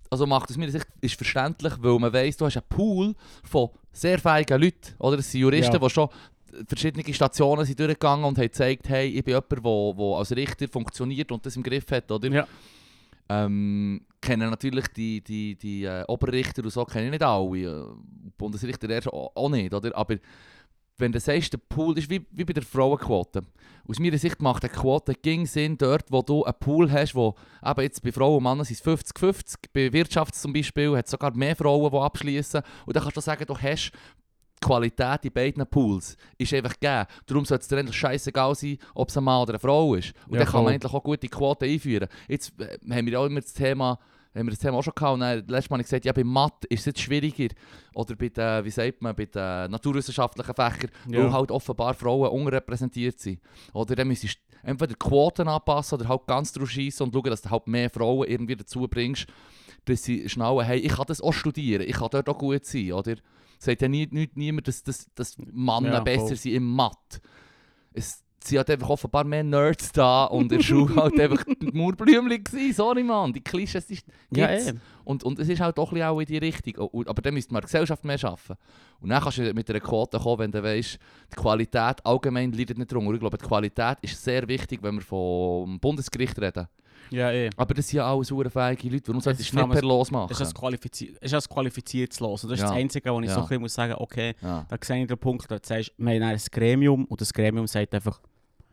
ist verständlich, weil man weiss, du hast einen Pool von sehr fähigen Leuten, oder? Das sind Juristen, die schon verschiedene Stationen sind durchgegangen und haben gezeigt, hey, ich bin jemand, der als Richter funktioniert und das im Griff hat, oder? Ja. Kennen natürlich die Oberrichter und so, kennen nicht alle. Bundesrichter erst auch nicht, oder? Aber wenn du sagst, der Pool ist wie bei der Frauenquote. Aus meiner Sicht macht eine Quote Sinn dort, wo du einen Pool hast, wo eben jetzt bei Frauen und Männern sind es 50-50. Bei Wirtschaft zum Beispiel hat es sogar mehr Frauen, die abschließen. Und dann kannst du sagen, du hast die Qualität in beiden Pools. Ist einfach gegeben. Darum sollte es dir eigentlich scheissegal sein, ob es ein Mann oder eine Frau ist. Und dann kann man eigentlich auch gute Quoten einführen. Jetzt haben wir auch immer das Thema auch schon gehabt. Und dann, letztes Mal habe ich gesagt, ja, bei Mathe ist es jetzt schwieriger. Oder bei den naturwissenschaftlichen Fächern, weil halt offenbar Frauen unterrepräsentiert sind. Oder dann müsstest du entweder die Quoten anpassen oder halt ganz drauf schiessen und schauen, dass du halt mehr Frauen irgendwie dazu bringst, dass sie schnallen, hey, ich kann das auch studieren, ich kann dort auch gut sein. Oder? Es sagt ja niemand, dass Männer besser sind im Mathe. Es sind halt einfach offenbar mehr Nerds da und in der Schule halt einfach die Mauerblümchen gewesen. Sorry, Mann, die Klischees gibt's. Ja, und es ist halt auch ein bisschen auch in die Richtung. Aber dann müsste man die Gesellschaft mehr schaffen. Und dann kannst du mit einer Quote kommen, wenn du weißt, die Qualität allgemein leidet nicht darunter. Ich glaube, die Qualität ist sehr wichtig, wenn wir vom Bundesgericht reden. Ja, aber das sind ja alles sauerfähige Leute. Warum solltest du es nicht per Los machen? Es ist ein qualifiziertes Los. Das ist das Einzige, wo ich so ein bisschen muss sagen, okay, da sehe ich den Punkt, da du sagst, wir haben ein Gremium und das Gremium sagt einfach,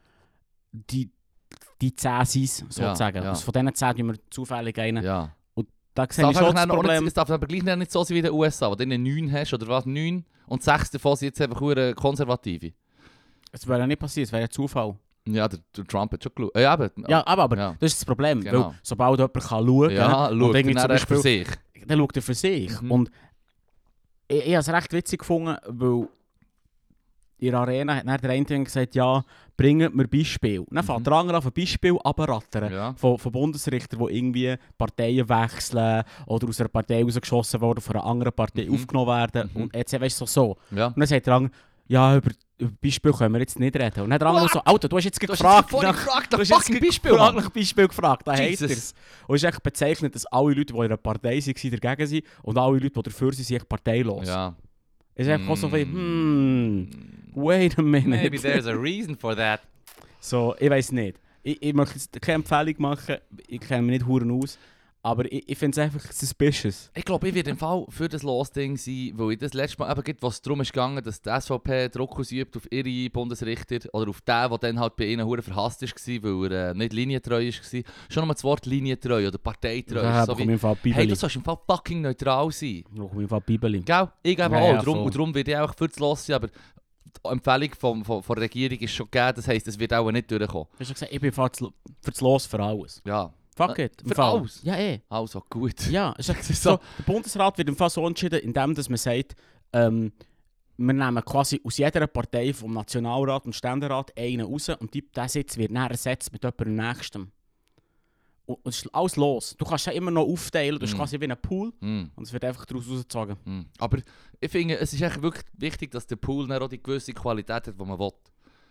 die 10 sind sozusagen. Ja. Also von diesen 10 tun wir zufällig einen. Ja. Und da sehe ich schon das Problem. Es darf aber gleich nicht so sein wie in den USA, wo du 9 hast oder was, 9 und 6 davon sind jetzt einfach konservative. Es wäre ja nicht passiert, es wäre ein Zufall. Ja, der Trump hat schon geschaut. Aber das ist das Problem. Genau. Weil, sobald jemand schauen kann, und irgendwie zum Beispiel, für sich. Dann schaut er für sich. Und ich habe es recht witzig gefunden, weil in der Arena hat der eine gesagt, ja, bringen wir Beispiel. Und dann fängt der andere auf ein Beispiel runterrattern von Bundesrichtern, die irgendwie Parteien wechseln oder aus einer Partei rausgeschossen worden, von einer anderen Partei aufgenommen werden. Und jetzt weißt du so. Ja. Und dann sagt der andere, ja, über Beispiel können wir jetzt nicht reden. Und dann der andere so, Alter, du hast jetzt gefragt. Du hast jetzt ein Beispiel gefragt. Da heißt es. Und es ist echt bezeichnet, dass alle Leute, die in einer Partei waren, dagegen sind und alle Leute, die dafür sind, parteilos. Ja. Es ist einfach auch so wie, wait a minute. Maybe there's a reason for that. So, ich weiß nicht. Ich möchte jetzt keine Empfehlung machen, ich kenne mich nicht Huren aus, aber ich finde es einfach suspicious. Ich glaube, ich werde im Fall für das Los-Ding sein, weil ich das letzte Mal eben geht, was darum ist gegangen, dass die SVP Druck ausübt auf ihre Bundesrichter oder auf den, der dann halt bei ihnen hure verhasst war, weil er nicht linientreu war. Schon nochmal das Wort linientreu oder parteitreu. Ja, so im Fall hey, du sollst im Fall fucking neutral sein. Im Fall Bibeli. Gell? Ich gebe Ja, auch. ja, Und darum werde ich auch für das Los sein, aber die Empfehlung von der Regierung ist schon gegeben, das heisst, es wird auch nicht durchkommen. Hast du gesagt, ich bin für das Los für alles? Ja. Fuck it. Für alles? Ja, Also, gut. Ja, es ist so, der Bundesrat wird im Fall so entschieden, indem dass man sagt, wir nehmen quasi aus jeder Partei vom Nationalrat und Ständerat einen raus und dieser Sitz wird dann ersetzt mit jemandem nächstem. Und es ist alles los. Du kannst ja immer noch aufteilen, du hast quasi wie einen Pool und es wird einfach daraus rausgezogen. Aber ich finde, es ist echt wirklich wichtig, dass der Pool dann auch die gewisse Qualität hat, die man will.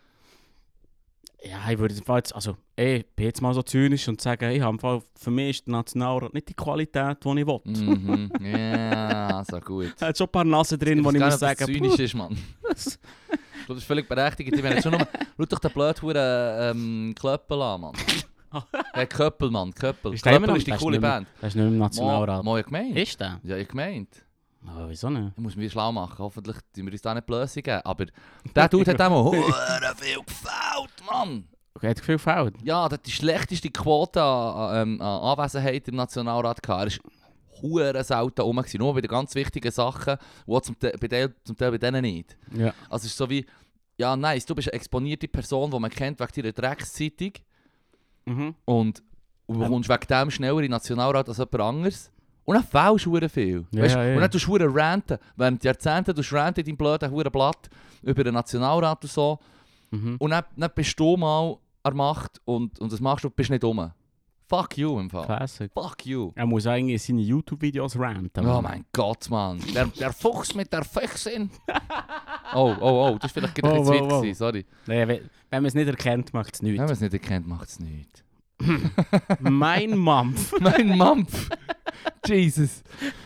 Ja, ich würde im Fall jetzt, also ich bin jetzt mal so zynisch und sagen, ich habe im Fall, für mich ist der Nationalrat nicht die Qualität, die ich will. Ja, so gut. Er hat schon ein paar Nasen drin, wo ich muss sagen, zynisch ist, Mann. Das ist völlig berechtigt. Ich meine, schon nur, schau doch den blöden Klöppel an, Mann. Köppel, Mann, Köppel. Ist der immer Köppel noch- ist die das ist coole nicht mehr- Band. Das ist nicht mehr im Nationalrat. Mo, ich gemeint. Ist der? Ja, ich gemeint. Oh, wieso nicht? Ich muss mich schlau machen. Hoffentlich tun wir uns da nicht Blöße geben. Aber der Dude hat auch mal viel gefault, Mann. Okay, hat viel Feld. Ja, der hat die schlechteste Quote an Anwesenheit im Nationalrat gehabt. Er ist hure selten rum gewesen, nur bei den ganz wichtigen Sachen, und auch zum Teil bei denen nicht. Ja. Also es ist so wie, ja nice, du bist eine exponierte Person, die man kennt wegen deiner Dreckszeitung und du kommst wegen dem schneller in den Nationalrat als jemand anderes. Und dann fällst du hure viel. Ja, Weißt? ja. Und dann tust du hure ranten. Während Jahrzehnten tust du ranten in deinem blöden hure Blatt über den Nationalrat und so. Und dann bist du mal an der Macht und das machst du, bist nicht dumm. Fuck you im Fall. Classic. Fuck you. Er muss eigentlich seine YouTube-Videos ranten. Oh mein Gott, Mann. Der Fuchs mit der Füchsin. Oh, das war vielleicht gerade ein bisschen zu weit gewesen, sorry. Nee, wenn man es nicht erkennt, macht es Wenn nichts. man es nicht erkennt, macht es nichts. Mein Mampf. Mein Mampf. Jesus.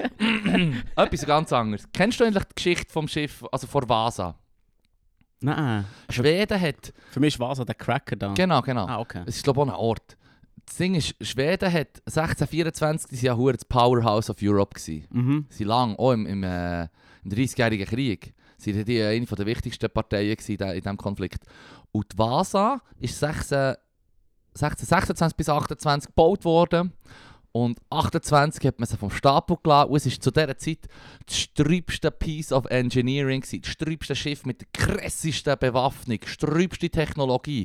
Etwas ganz anderes. Kennst du eigentlich die Geschichte vom Schiff, also vor Vasa? Nein. Schweden hat... Für mich war der Cracker da. Genau. Ah, okay. Es ist glaube ich auch ein Ort. Das Ding ist, Schweden hat 1624, die waren ja das Powerhouse of Europe gewesen. Sie lang, auch im 30-jährigen Krieg. Sie waren eine der wichtigsten Parteien in diesem Konflikt. Und die Vasa ist 1626 bis 28 gebaut worden. Und 28 hat man sie vom Stapel gelassen. Und es war zu dieser Zeit das sträubste Piece of Engineering, das sträubste Schiff mit der krassesten Bewaffnung, sträubste Technologie.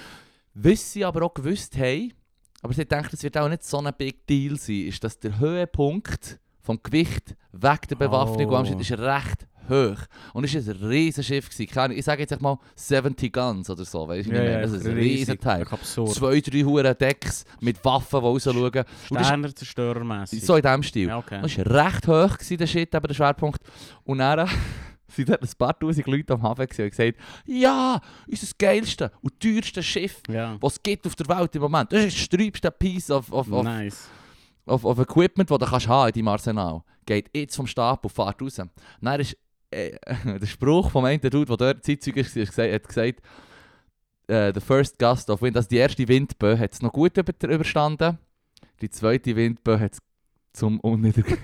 Was sie aber auch gewusst haben, aber sie denken, das wird auch nicht so ein Big Deal sein, ist, dass der Höhepunkt vom Gewicht wegen der Bewaffnung ist recht hoch. Und es war ein riesiges Schiff. Ich sage jetzt mal 70 Guns oder so. Weißt du, das ist ein riesiges Teil. Absurd. 2-3 hure Decks mit Waffen, die rausschauen. Sternenzerstörermässig. So in diesem Stil. Ja, okay. Das war recht hoch, der Shit, aber der Schwerpunkt. Und dann sind dort ein paar tausend Leute am Hafen und gesagt, ja, unser geilste und teuerste Schiff, Ja. was es gibt auf der Welt im Moment. Das ist das sträubste Piece of Nice. of Equipment, das du kannst haben in deinem Arsenal. Geht jetzt vom Stab und fährt raus. Dann ist der Spruch vom einen Dude, der dort Zeitzeuge war, hat gesagt, the first gust of wind, also die erste Windböe hat es noch gut überstanden, die zweite Windböe hat es zum Unniedergang.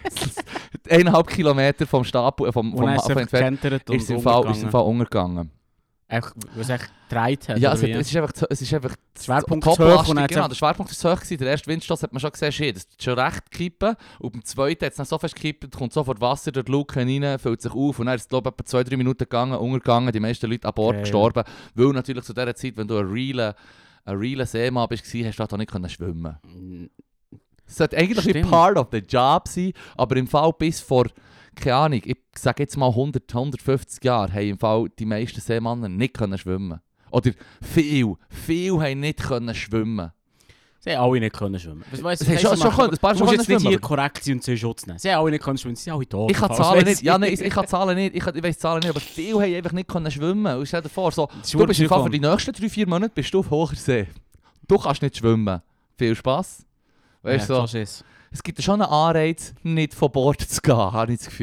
1,5 Kilometer vom Stab, vom Hafen entfernt, ist im Fall untergegangen. Einfach, was es echt gedreht hat. Ja, oder wie? es ist einfach Der Schwerpunkt ist hoch Toplastig, und dann genau, hat's der Schwerpunkt ist hoch gewesen. Der erste Windstoß hat man schon gesehen, shit, das ist schon recht kippen. Und beim zweiten hat es dann so fest gekippt, kommt sofort Wasser durch die Luke rein, füllt sich auf und dann ist es glaube ich etwa 2-3 Minuten gegangen, untergegangen, die meisten Leute an Bord gestorben. Weil natürlich zu dieser Zeit, wenn du ein realer Seemann bist, hast du da nicht schwimmen können. Es sollte eigentlich ein Part of the Job sein, aber im Fall bis vor, keine Ahnung, ich sage jetzt mal 150 Jahre, haben im Fall die meisten Seemänner nicht schwimmen. Oder viele haben nicht schwimmen. Sie haben alle nicht schwimmen. Sie haben schon können, ein paar du musst jetzt nicht schwimmen. hier korrekt sein und zu Schutz nehmen. Sie haben alle nicht schwimmen, sie sind alle tot. Ich kann Zahlen nicht, ja, nein, ich kann Zahlen nicht, ich weiss Zahlen nicht, aber viele haben einfach nicht schwimmen. Und stell dir vor, so, du bist im Fall für die nächsten 3-4 Monate bist du auf hoher See. Du kannst nicht schwimmen. Viel Spass. Weißt du, ja, so, es gibt schon einen Anreiz, nicht von Bord zu gehen, habe ich das Gefühl.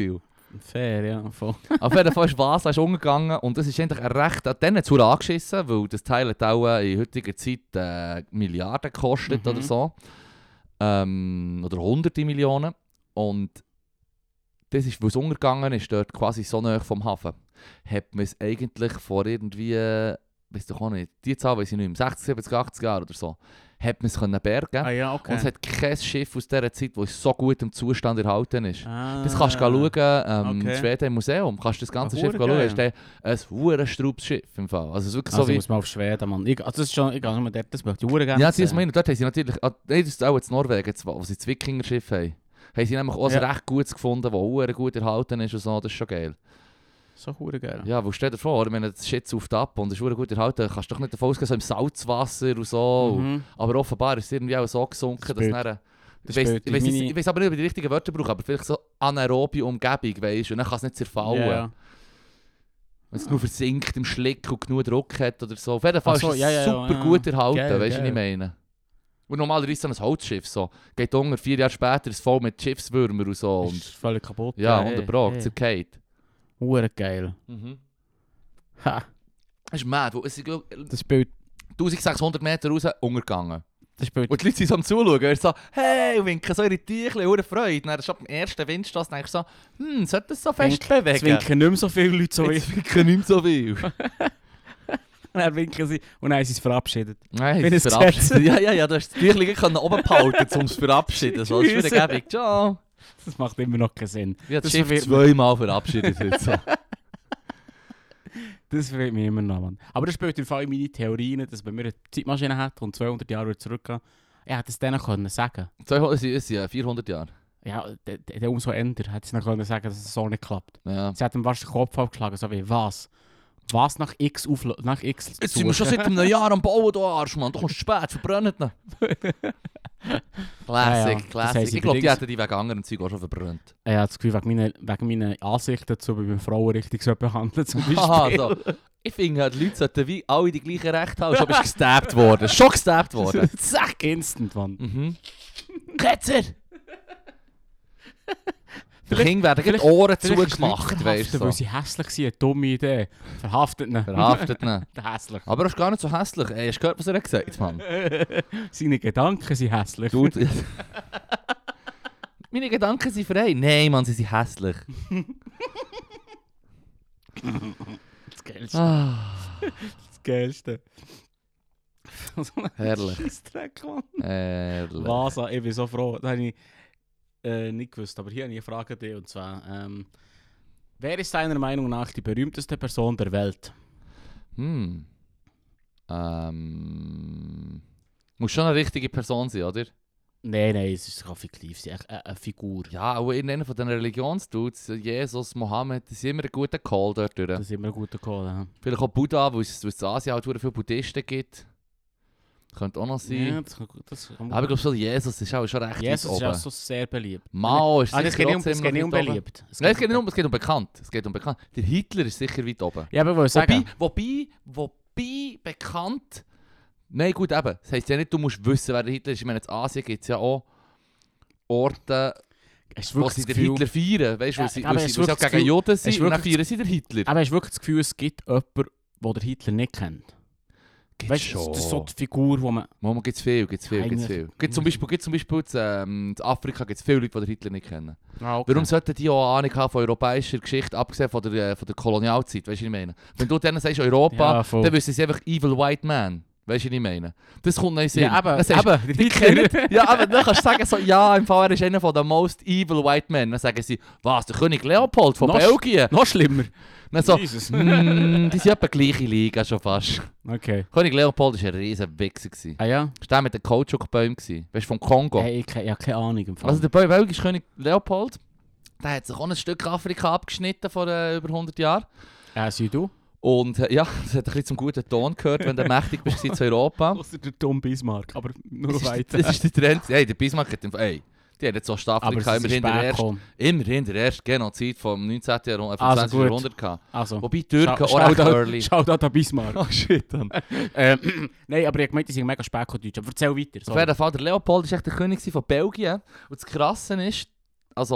Fair, ja. Voll. Auf jeden Fall ist Vasa umgegangen und das ist eigentlich ein recht... Dann hat es angeschissen, weil das Teil hat auch in heutiger Zeit Milliarden gekostet oder so. Oder hunderte Millionen. Und das ist, weil es umgegangen ist, dort quasi so nahe vom Hafen, hat man es eigentlich vor irgendwie... Weiss doch auch nicht, die Zahl weiss ich nicht mehr, 60, 70, 80 Jahre oder so, hat man es bergen. Ah ja, okay. Und es hat kein Schiff aus dieser Zeit, das in so gutem Zustand erhalten ist. Das kannst du schauen, in Schweden im Museum, kannst du das ganze Schiff schauen, ist ein verdammtes Schiff im Fall. Also, es ist wirklich so wie... muss man auf Schweden, Mann. Das ist schon, egal, das möchte ich gerne ja, das meine ich, dort haben sie natürlich, das ist auch in Norwegen, wo sie das Wikinger-Schiff haben sie nämlich auch ein recht gutes gefunden, das gut erhalten ist und so, das ist schon geil. So geil. Ja, wo stell dir vor, wenn das Shit sauft ab und es ist gut erhalten, kannst du doch nicht davon ausgehen, so im Salzwasser und so. Aber offenbar ist es irgendwie auch so gesunken, dass dann... Ich weiss aber nicht, ob ich die richtigen Wörter brauche, aber vielleicht so anaerobe Umgebung, weißt du, und dann kann es nicht zerfallen. Yeah. Wenn es nur versinkt im Schlick und genug Druck hat oder so. Auf jeden Fall ist es super gut erhalten, weißt du, was ich meine? Und normalerweise so ein Holzschiff, so, geht unter 4 Jahre später, ist voll mit Schiffswürmern und so. Und ist völlig kaputt. Ja, 100%, zerfällt. Geil. Ha. Das ist mad, wo es das Bild 1600 Meter raus untergegangen. Das Bild. Und die Leute sind so am Zuschauen, und so, hey, und winken so ihre Tüchlein, hure Freude. Dann schon beim ersten Windstoss denkst du so, sollte das so fest bewegen? Es winken nicht mehr so viele Leute so. Es winken nicht mehr so viel. Und dann winken sie und dann haben sie es verabschiedet. Nein, es ist verabschiedet. Ja, du hast das Tüchlein oben behalten, um es verabschieden. So, das ist wieder gäbig. Ciao. Das macht immer noch keinen Sinn. Ich habe das Schiff 2-mal verabschiedet heute so. Das verwirrt mich immer noch, Mann. Aber das spielt im Fall in meine Theorien, dass wenn wir eine Zeitmaschine hätten und 200 Jahre zurückgehen, ich hätte es denen können sagen. 200 sind 400 Jahre. Ja, der umso älter hätte es dann können sagen, dass es so nicht klappt. Ja. Sie hat ihm wahrscheinlich den Kopf abgeschlagen, so wie, was? Was nach X Jetzt sind wir schon seit einem Jahr am Bauen, du Arsch, Mann. Du kommst spät, verbrennt ihn. Classic. Das heisst, ich glaube, die hätten die wegen anderen Zeug auch schon verbrannt. Ich habe das Gefühl, wegen meiner Ansichten dazu, wie man Frauen richtig behandeln zum Beispiel. Also, ich finde, die Leute sollten wie alle die gleichen Rechte haben. Schon bist du gestabbt worden. Schon gestabbt worden. Zack, instant, Mann. Ketzer! Die Kinder werden die Ohren zugemacht, weißt du. Weil sie hässlich waren, eine dumme Idee. Verhaftet ihn. Der hässlich. Aber er ist gar nicht so hässlich. Ey, hast du gehört, was er gesagt hat, Mann? Seine Gedanken sind hässlich. Meine Gedanken sind frei. Nein, Mann, sie sind hässlich. Das Geilste. Das Geilste. Herrlich. Dreck, Mann. Herrlich. Vasa, ich bin so froh. Das habe ich nicht gewusst. Aber hier habe ich eine Frage an dich. Und zwar, wer ist deiner Meinung nach die berühmteste Person der Welt? Muss schon eine richtige Person sein, oder? Nein, es kann fiktiv sein. Eine Figur. Ja, auch in einer von den Religionsdudes, Jesus, Mohammed, das ist immer ein guter Call dort. Das ist immer ein guter Call, ja. Vielleicht auch Buddha, weil es in Asien halt viele Buddhisten gibt. Könnte auch noch sein. Ja, aber ich glaube schon, Jesus ist auch schon recht Jesus ist oben. auch so sehr beliebt. Mao ist das geht nicht um beliebt. Nein, es geht um bekannt. Der Hitler ist sicher weit oben. Ja, aber ich wollte sagen... Wobei bekannt... Nein, gut, eben. Das heisst ja nicht, du musst wissen, wer der Hitler ist. Ich meine, in Asien gibt es ja auch Orte, wo sie den Hitler feiern. Weißt du, weil sie auch gegen Juden sind und dann feiern sie den Hitler. Aber hast du wirklich das Gefühl, es gibt jemanden, der den Hitler nicht kennt? Weißt du, das ist so die Figur, wo man... Moment, gibt es viel. Gibt zum Beispiel in Afrika gibt es viele Leute, die den Hitler nicht kennen. Ah, okay. Warum sollten die auch eine Ahnung haben von europäischer Geschichte, abgesehen von der Kolonialzeit? Weißt du, was ich meine? Wenn du denen sagst Europa, dann wissen sie einfach Evil White Man. Weißt du, was ich meine? Das kommt nicht in den Sinn. Ja, aber die kennen... Ja, aber dann kannst du sagen, so, ja, im Fall er ist einer der most evil white men. Dann sagen sie, was, der König Leopold von Belgien? Noch schlimmer. Dann so, die sind etwa gleiche Liga schon fast. Okay. König Leopold war ein riesen Wichser. Ah ja? Das war der mit den Kautschukbäumen. Weißt du, vom Kongo? Hey, ich habe keine Ahnung im Fall. Also der belgische König Leopold, der hat sich auch ein Stück Afrika abgeschnitten vor über 100 Jahren. Sieh du? Und ja, das hat ein bisschen zum guten Ton gehört, wenn du mächtig bist in Europa. Ausser der Tom Bismarck, aber nur weiter. Das ist der Trend. Hey, der Bismarck hat... Ey, die hat jetzt so Staffelika immerhin der erste Genozid vom 19. Jahrhundert, vom 20. Jahrhundert gehabt. Also, wobei Türken auch recht early... Schau da an Bismarck. Oh shit, dann. Nein, aber ich meinte, die sind mega Spätdeutsch. Aber erzähl weiter. Auf jeden Fall, der Leopold war echt der König von Belgien. Und das Krasse ist, also...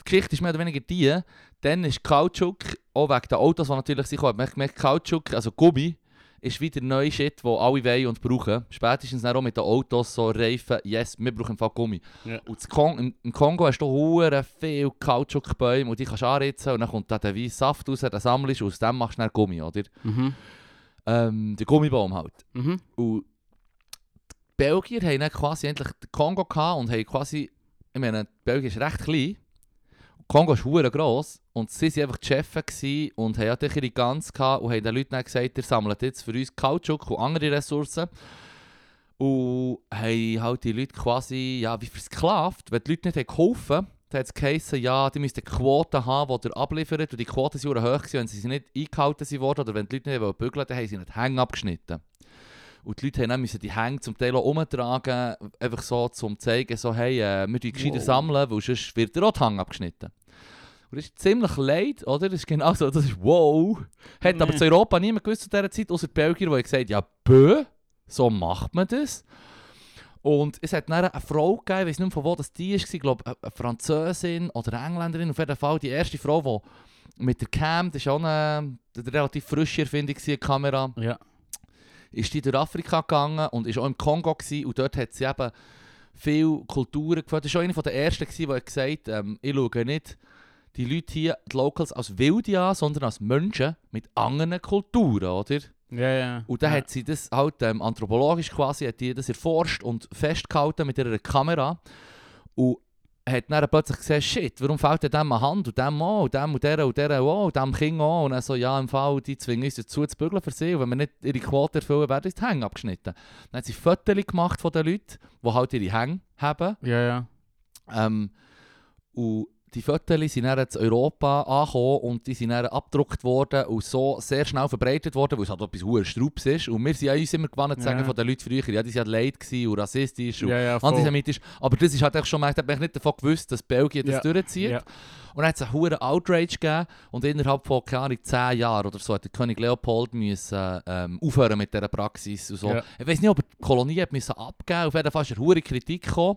die Geschichte ist mehr oder weniger die, dann ist Kautschuk, auch wegen den Autos, die natürlich sich haben, man merkt Kautschuk, also Gummi, ist wieder neue Shit, den alle wollen und brauchen. Spätestens dann auch mit den Autos, so Reifen, yes, wir brauchen im Fall Gummi. Ja. Und im Kongo hast du hure viel Kautschukbäume und die kannst du anritzen und dann kommt da der weiße Saft raus, den sammelst du und aus dem machst du dann Gummi, oder? Der Gummibaum halt. Und die Belgier haben dann quasi endlich den Kongo gehabt und haben quasi, ich meine, Belgien ist recht klein, Kongo ist hure gross und sie waren einfach die Chefs und haben ja ihre Gans gehabt und haben den Leuten dann gesagt, ihr sammelt jetzt für uns Kautschuk und andere Ressourcen. Und haben halt die Leute quasi ja, wie versklavt. Wenn die Leute nicht geholfen haben, dann hat es geheißen, ja, die müssten Quoten haben, die ihr abliefert. Und die Quoten waren hoch, wenn sie nicht eingehalten wurden oder wenn die Leute nicht bügeln wollten, dann haben sie nicht die Hänge abgeschnitten. Und die Leute mussten die Hänge zum Teil auch umtragen, einfach so, um zu zeigen, so, hey, wir müssen gescheiter sammeln, weil sonst wird der auch die Hänge abgeschnitten. Und das ist ziemlich leid, oder? Das ist genau so, das ist wow. Hat aber zu Europa niemand gewusst zu dieser Zeit, außer die Belgier, die gesagt haben, ja, so macht man das. Und es hat dann eine Frau gegeben, ich weiß nicht mehr von wo das die war, ich glaube eine Französin oder eine Engländerin, auf jeden Fall die erste Frau, die mit der Cam, das war auch eine relativ frische Erfindung, eine Kamera, ist die durch Afrika gegangen und war auch im Kongo gewesen, und dort hat sie eben viele Kulturen gefunden. Das war auch eine der ersten, die gesagt hat, ich schaue nicht die Leute hier, die Locals, als Wilde an, sondern als Menschen mit anderen Kulturen, oder? Ja. Und dann hat sie das halt anthropologisch quasi, hat die das erforscht und festgehalten mit ihrer Kamera. Und hat dann plötzlich gesehen, shit, warum fällt dem eine Hand und dem auch, und dem und der und der auch, und dem Kind auch. Und dann so, ja, im Fall, die zwingen uns dazu zu bügeln für sie. Und wenn wir nicht ihre Quote erfüllen, werden uns die Hänge abgeschnitten. Dann hat sie Fotos gemacht von den Leuten, die halt ihre Hänge haben. Ja. Und die Fotos sind dann in Europa angekommen und die sind dann abgedruckt worden und so sehr schnell verbreitet worden, weil es halt etwas verdammt Strubs ist. Und wir sind ja uns immer gewohnt zu sagen von den Leuten früher, ja, die waren leid und rassistisch und antisemitisch. Aber das ist halt auch schon, man hat nicht davon gewusst, dass Belgien das durchzieht. Ja. Und dann hat es einen hohen Outrage gegeben und innerhalb von, keine Ahnung, 10 Jahren oder so hat der König Leopold müssen, aufhören mit dieser Praxis und so. Ja. Ich weiß nicht, ob er die Kolonie hat müssen abgeben, auf jeden Fall ist eine hohe Kritik gekommen.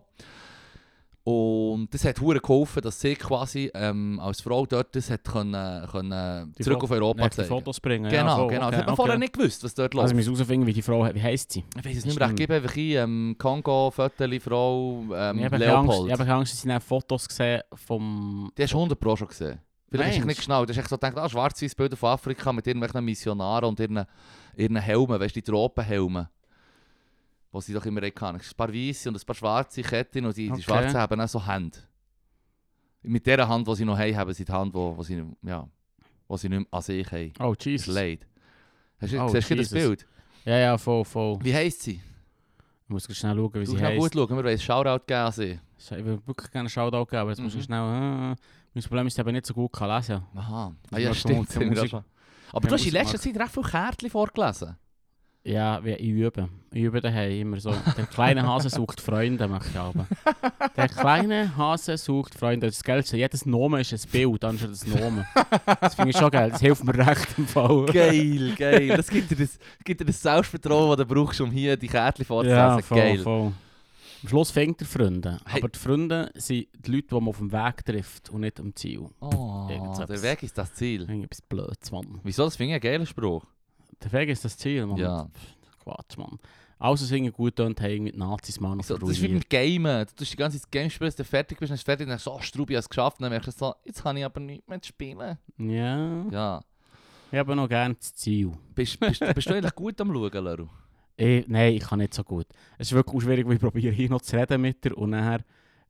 Und das hat hure geholfen, dass sie quasi als Frau dort das hat können zurück auf Europa zeigen. Fotos bringen. Genau. Okay, Das hat man vorher nicht gewusst, was dort läuft. Also wir müssen herausfinden, wie die Frau, wie heisst sie? Ich weiß es nicht mehr, ich gebe einfach ein, Kongo, Fotos, Frau, Leopold. Ich habe Angst, dass sie Fotos gesehen vom... Die hast du 100 Pro schon gesehen. Vielleicht hast du nicht genau, du hast echt so gedacht, schwarz-weiß Bilder von Afrika mit irgendwelchen Missionaren und ihren Helmen, weißt du, die Tropenhelmen. Was sie doch immer hatten. Ein paar weiße und ein paar schwarze Ketten und die schwarzen haben auch so Hände. Mit der Hand, die sie noch haben sie die Hand, die sie nicht mehr an sich haben. Oh, Jesus. Das Leid. Siehst du das Bild? Ja, voll. Wie heisst sie? Ich muss schnell schauen, wie sie heisst. Du gut schauen, wir wollen ein Shoutout geben an sie. Ich will wirklich gerne einen Shoutout geben, aber jetzt muss ich schnell... Mein Problem ist, ich habe nicht so gut lesen. Aha. Ja, stimmt. Aber du hast in letzter Zeit recht viele Kärtchen vorgelesen. Ja, ich übe daheim immer so. Der kleine Hase sucht Freunde, mache ich aber. Der kleine Hase sucht Freunde. Das Geilste, jedes Nomen ist ein Bild, anstatt das Nomen. Das finde ich schon geil, das hilft mir recht im Fall. Geil. Das gibt dir das Selbstvertrauen, das du brauchst, um hier die Kärtchen vorzulesen. Ja, voll, geil. Voll. Am Schluss fängt der Freunde. Hey. Aber die Freunde sind die Leute, die man auf dem Weg trifft und nicht am Ziel. Oh, der Weg ist das Ziel. Irgendwas Blödes, Mann. Wieso? Das finde ich ein geiler Spruch. Der Weg ist das Ziel, Mann. Ja. Quatsch, Mann. Alles, was irgendwie gut tönt, haben mit Nazis, Mann. So, das ist wie mit Gamen. Du tust die ganze Zeit Game spielen, bis du fertig bist, dann ist fertig, dann so, Strubi hat es geschafft, dann merkst du so, jetzt kann ich aber nicht mehr spielen. Ja. Ich habe noch gerne das Ziel. Bist du eigentlich gut am Schauen, Leru? Nein, ich kann nicht so gut. Es ist wirklich auch schwierig, weil ich probiere hier noch zu reden mit dir und nachher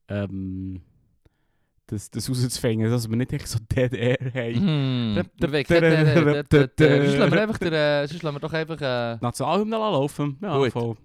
das rauszufinden, dass wir nicht echt so Dead Air haben. Sonst lassen wir doch einfach... Nationalhymne laufen. Ja, gut. Voll.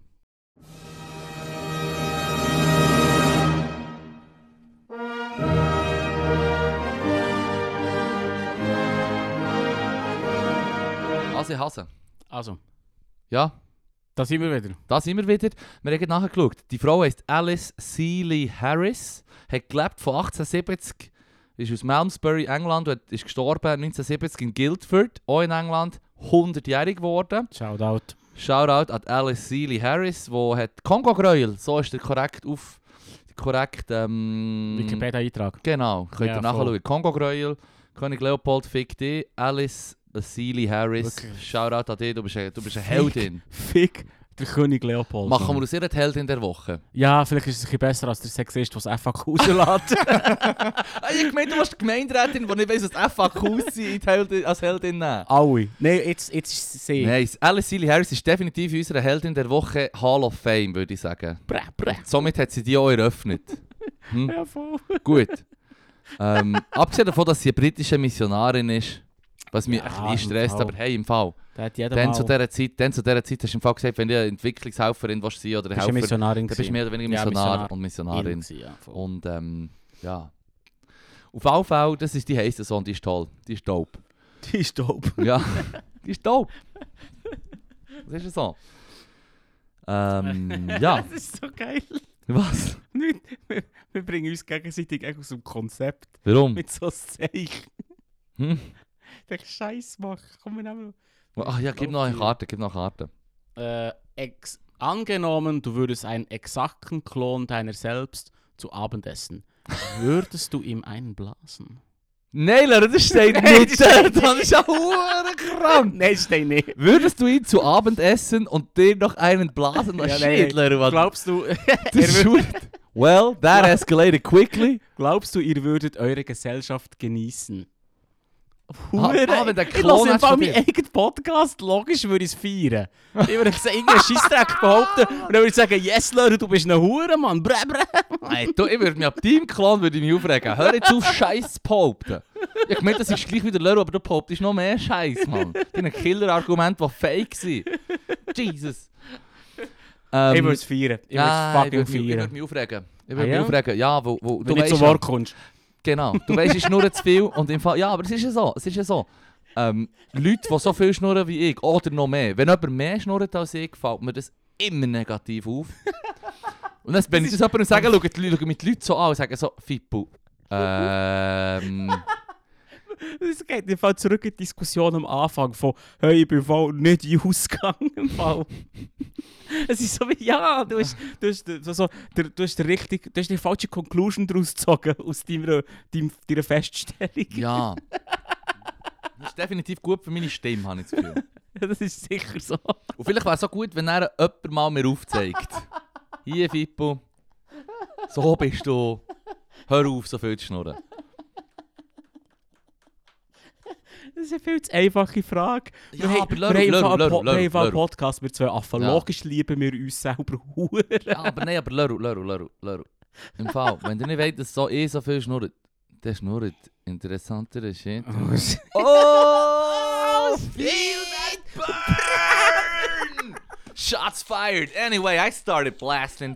Hase. Also. Ja. Da sind wir wieder. Wir haben nachgeschaut. Die Frau heisst Alice Seeley Harris, hat gelebt von 1870, ist aus Malmesbury, England und ist gestorben 1970 in Guildford, auch in England, 100-jährig geworden. Shoutout an Alice Seeley Harris, die hat Kongo-Gräuel, so ist der korrekt auf korrekt. Wikipedia-Eintrag. Genau, könnt ihr nachschauen. Kongo-Gräuel, König Leopold, Fick dich, Alice Sealy Harris, Wirklich. Shoutout an dich, du bist eine Heldin. Fick der König Leopold. Machen wir aus ihr die Heldin der Woche. Ja, vielleicht ist es ein bisschen besser als der Sexist, der das FAQ rauslässt. Ich meine, du warst die Gemeinderätin, die nicht weiss, was FAQs sind, als Heldin nehmen. Alle. Nein, jetzt ist sie. Nice. Alice Sealy Harris ist definitiv unsere Heldin der Woche Hall of Fame, würde ich sagen. Somit hat sie die auch eröffnet. Ja, voll. Gut. Abgesehen davon, dass sie eine britische Missionarin ist, was mich ein bisschen stresst, aber hey, im Fall. Dann zu dieser Zeit hast du im Fall gesagt, wenn du eine Entwicklungshelferin willst sein oder ein Helfer, Missionarin dann bist du mehr oder weniger Missionar und Missionarin. Und ja. Auf jeden Fall, das ist die heisse Sonne, die ist toll. Die ist dope. Die ist dope. Ja, die ist dope. Das ist so. Ja. Das ist so geil. Was? Wir bringen uns gegenseitig aus dem Konzept. Warum? Mit so einem Zeichen. Den Scheiß machen. Komm, wir nehmen noch. Ach ja, gib noch eine Karte, Angenommen, du würdest einen exakten Klon deiner selbst zu Abend essen. Würdest du ihm einen blasen? Nein, Leute, das steht nicht dort. Das ist ja krank. Nein, das steht nicht. Würdest du ihn zu Abend essen und dir noch einen blasen? Ja, shit, Leute, was? Glaubst du, Well, that escalated quickly. Glaubst du, ihr würdet eure Gesellschaft genießen? Wenn der Ich Klon lasse hat meinen eigenen Podcast, logisch würde ich es feiern. Ich würde irgendeinen Scheissdreck behaupten und dann würde ich sagen, yes Leute, du bist ein Hurenmann, bre. Hey, du, ich würde mich ab deinem Klon mich aufregen. Hör jetzt auf, Scheiß zu behaupten. Ich meine, das ist gleich wieder Leru, aber du behauptest noch mehr Scheiß, Mann. Deine Killer-Argumente, die fake sind. Jesus. Ich würde es feiern. Ich würde es fucking Ich würde feiern. mich aufregen. Ja, wo Wenn du du weißt zu Wort kommst. Genau, du weißt, ich schnurre zu viel und im Fall, ja, aber es ist ja so, Leute, die so viel schnurren wie ich, oder noch mehr, wenn jemand mehr schnurrt als ich, fällt mir das immer negativ auf. Und dann, wenn ich das jemandem sage, schauen mich die Leute so an und sagen so, Fippo, Es geht im Fall zurück in die Diskussion am Anfang von «Hey, ich bin voll nicht ausgegangen im Fall». Es ist so wie «Ja, du hast die falsche Conclusion daraus gezogen aus deiner Feststellung». ja. Das ist definitiv gut für meine Stimme, habe ich das Gefühl. Das ist sicher so. Und vielleicht wäre es auch gut, wenn er jemand mal mir aufzeigt. Hier, Fippo, so bist du. Hör auf, so viel zu schnurren. Das ist eine viel zu einfache Frage. Ja, aber wir haben einen Podcast mit zwei Affen. Ja. Logisch lieben wir uns selber hure. Ja, aber nein, aber Leru. Im Fall, wenn du nicht weißt, dass so viel schnurrt, der schnurrt interessantere Shit. Oh, feel that burn! Shots fired. Anyway, I started blasting.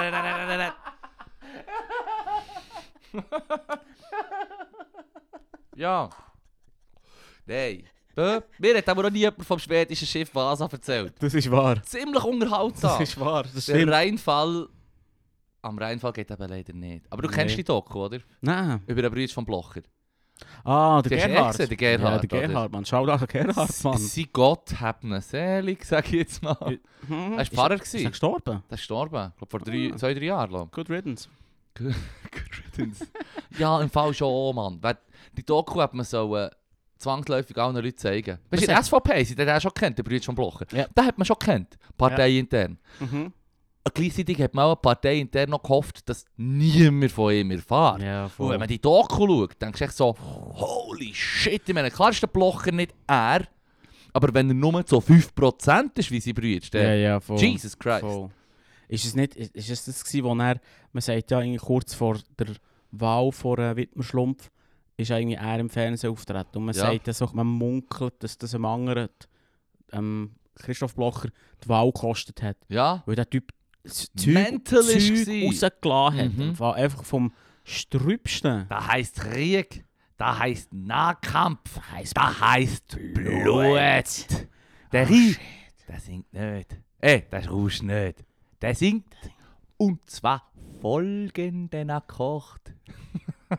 Ja. Nein. Mir hat aber noch nie jemand vom schwedischen Schiff Vasa erzählt. Das ist wahr. Ziemlich unterhaltsam. Das ist wahr. Das Der stimmt. Rheinfall... Am Rheinfall geht eben leider nicht. Aber du kennst die Doku, oder? Nein. Über den Bruder von Blocher. Ah, der Der Gerhard. der Gerhard. Ja, der Gerhard, Mann. Schau da, der Gerhard, Mann. Sein Gott hat ihn selig, sag ich jetzt mal. Er war Pfarrer. Ist er gestorben? Der ist gestorben. Ich glaube, vor 2-3 Jahren lang. Good riddance. Good riddance. Ja, im Fall schon, oh Mann. Die Doku hat man so zwangsläufig allen Leuten zeigen. Weißt du, die SVP, sie den schon kennt, der Bruder von Blocher. Ja. Den hat man schon kennt, parteiintern. Mhm. Gleichzeitig hat man auch parteiintern noch gehofft, dass niemand von ihm erfährt. Ja, Und voll. wenn man die Doku schaut, denkst du echt so, holy shit, ich meine, klar ist der Blocher nicht er, aber wenn er nur so 5% ist, wie sie brüht, Ja, voll. Jesus Christ. Voll. Ist es das gewesen, wo man sagt ja eigentlich kurz vor der Wahl von Wittmer Schlumpf, ist eigentlich er im Fernsehen auftreten und man sagt das auch, man munkelt, dass das einem anderen, Christoph Blocher, die Wahl gekostet hat. Ja, Weil der Typ mental ist Zeug rausgelassen hat. Mhm. Im Fall einfach vom Strübsten. das heisst Krieg, das heisst Nahkampf, Das heisst Blut. Der Krieg, der singt nicht. Der rauscht nicht. Der singt. Und zwar folgenden Akkord.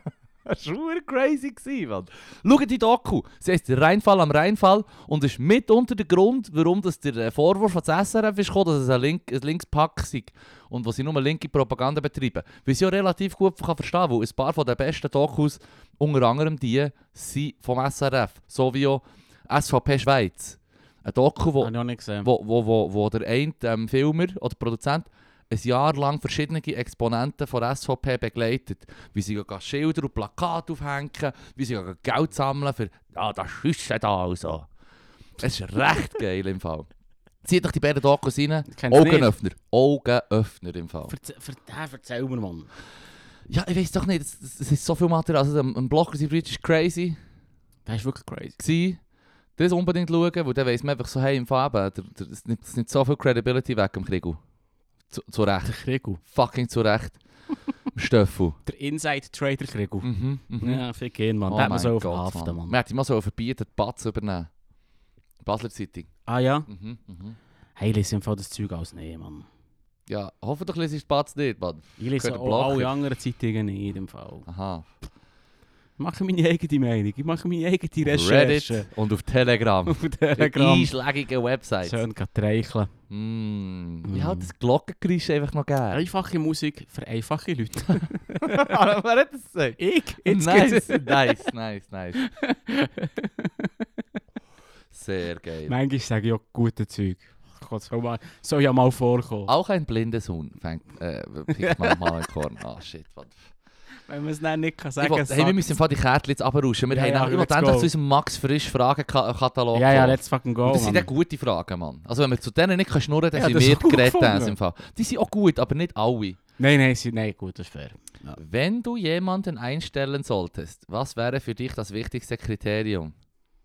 Das war verdammt crazy, Mann. Schaut die Doku. Sie heisst «Der Rheinfall am Rheinfall» und ist mitunter der Grund, warum das der Vorwurf an das SRF ist gekommen, dass es ein Linkspack sei und wo sie nur linke Propaganda betreiben. Was ich auch relativ gut verstehen kann, weil ein paar von den besten Dokus, unter anderem die, sind vom SRF, so wie auch SVP Schweiz. Ein Doku, wo der eine Filmer oder Produzent ein Jahr lang verschiedene Exponenten von der SVP begleitet. Wie sie Schilder und Plakate aufhängen, wie sie Geld sammeln für das Schüsse da und so. Es ist recht geil im Fall. Zieht euch die beiden Dokus rein. Augenöffner. Augenöffner im Fall. Erzähl mir, Mann. Ja, ich weiß doch nicht. Es ist so viel Material. Also, ein Blogger ist crazy. Das ist wirklich crazy. Das unbedingt schauen, weil dann weiss man einfach so, hey, im Fall es nimmt so viel Credibility weg im Krieg. Zu Recht. Der Kriegel. Fucking zu Recht. Stöffel. Der Inside-Trader Kriegel. Ja, viel gehen, Mann. Oh Da hat man so Gott, verhaften, Mann. Man hätte mal so verbieten, die Batz übernehmen. Basler Zeitung. Ah ja? Mhm. Hey, ich lese im Fall das Zeug ausnehmen, Mann. Ja, hoffentlich lese ich die Batz nicht, Mann. Ich lese auch alle anderen Zeitungen nicht im Fall. Aha. Ich mache meine eigene Meinung, ich mache meine eigene Recherche. Reddit und auf Telegram. Auf Telegram. Einschlägige Websites. Schön streicheln. Wie hat das Glockengeräusch einfach noch gegeben? Einfache Musik für einfache Leute. Wer hat das gesagt? Ich? Nice. Sehr geil. Manchmal sage ich auch gute Zeug. Soll ja mal vorkommen. Auch ein blindes Huhn pickt manchmal ein Korn. Ah, shit, was. Wenn man es dann nicht kann sagen kann. Hey, wir müssen die Kärtchen jetzt abrauschen. Wir haben immer zu unserem Max Frisch Fragenkatalog. Ja, let's fucking go. Das sind dann gute Fragen, Mann. Also wenn wir zu denen nicht schnurren können, dann sind wir gerettet im Fall. Die sind auch gut, aber nicht alle. Nein, gut, das ist fair. Ja. Wenn du jemanden einstellen solltest, was wäre für dich das wichtigste Kriterium?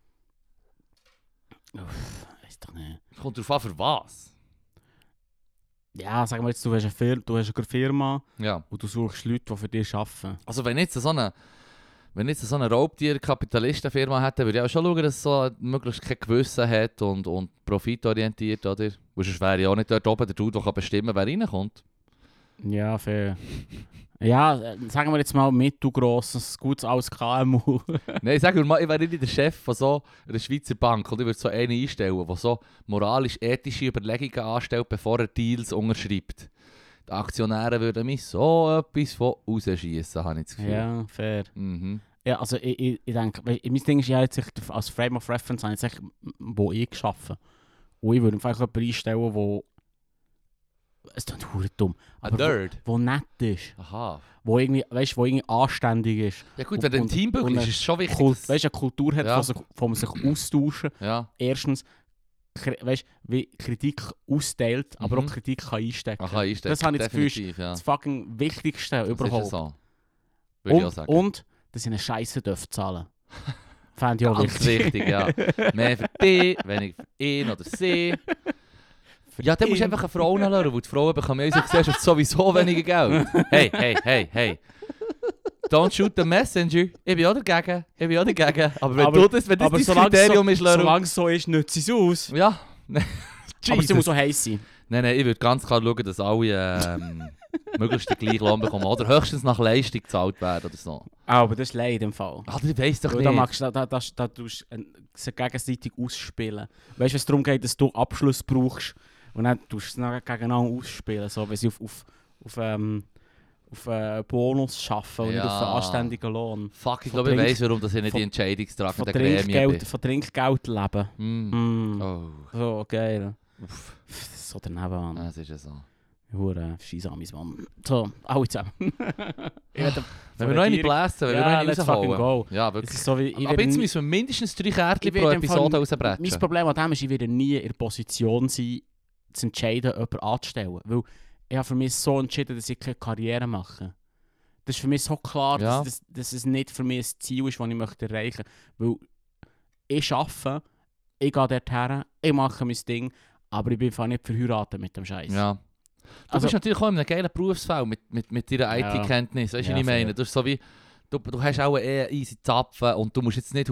Weiß doch nicht. Kommt darauf an, für was? Ja, sagen wir jetzt, du hast eine Firma ja. Und du suchst Leute, die für dich arbeiten. Also wenn jetzt so eine Raubtier-Kapitalistenfirma hätte, würde ich auch schon schauen, dass es so möglichst kein Gewissen hat und profitorientiert, oder? Weil sonst wäre ja auch nicht dort oben der Dude, der bestimmen kann, wer reinkommt. Ja, fair. Ja, sagen wir jetzt mal mittelgrosses, gutes als KMU. Nein, sagen wir mal, ich wäre nicht der Chef von so einer Schweizer Bank und ich würde so einen einstellen, der so moralisch-ethische Überlegungen anstellt, bevor er Deals unterschreibt. Die Aktionäre würden mich so etwas von rausschießen, habe ich das Gefühl. Ja, fair. Mhm. Ja, also ich denke, mein Ding ist ja jetzt, als Frame of Reference habe ich jetzt wo ich geschaffen. Und ich würde einfach jemanden einstellen, wo es ist verdammt dumm. Aber Nerd? Wo nett ist. Aha. Wo irgendwie anständig ist. Ja gut, wenn du ein Team bist, ist es schon wichtig. Weißt du, eine Kultur hat, ja. wo man sich austauschen. Ja. Erstens, weißt du, wie Kritik austeilt, aber auch Kritik kann einstecken. Kann einstecken. Das habe ich das Gefühl, ja. das fucking Wichtigste überhaupt. Ist so. Würde ich auch sagen. Und, dass ich eine Scheiße zahlen fände ich auch ganz wichtig, ja. Mehr für dich, weniger für ihn oder sie. Ja, dann musst du einfach eine Frau anlassen, weil die Frauen bekommen in unserer Gesellschaft sowieso weniger Geld. Hey. Don't shoot the messenger. Ich bin auch dagegen. Aber wenn das Kriterium ist, solange es so ist, nützt es aus. Ja. Aber sie muss so heiß sein. Nein, ich würde ganz klar schauen, dass alle möglichst den gleichen Lohn bekommen. Oder höchstens nach Leistung gezahlt werden oder so. Aber das ist leid im Fall. Ich weiss doch nicht. Da tust du sie gegenseitig ausspielen. Weißt du, wenn es darum geht, dass du Abschluss brauchst und dann tust du es gegeneinander ausspielen, so, wenn sie auf Bonus schaffen und nicht auf einen anständigen Lohn. Fuck, ich glaube, ich weiss, warum das nicht die entscheidungstragenden Gremien bin. Von Trinkgeld leben. Oh. So, geil. Das ist so daneben, Mann. Das ist ja so. Hure Scheisamis, Mann. So, alle zusammen. Wenn wir noch eine bläsen, wenn wir noch eine raushauen. Ja, wirklich. So wie, aber jetzt müssen wir mindestens 3 Kärtchen pro Episode rausbrechen. Mein Problem an dem ist, ich werde nie in der Position sein, zu entscheiden, jemanden anzustellen. Weil ich habe für mich so entschieden, dass ich keine Karriere mache. Das ist für mich so klar, dass es nicht für mich ein Ziel ist, das ich möchte erreichen möchte. Weil ich arbeite, ich gehe dorthin, ich mache mein Ding, aber ich bin einfach nicht verheiratet mit dem Scheiß. Ja. Du bist natürlich auch in einem geilen Berufsfeld mit deiner IT-Kenntnis. Weißt du, was ich meine? Du, so wie, du hast auch eher easy Zapfen und du musst jetzt nicht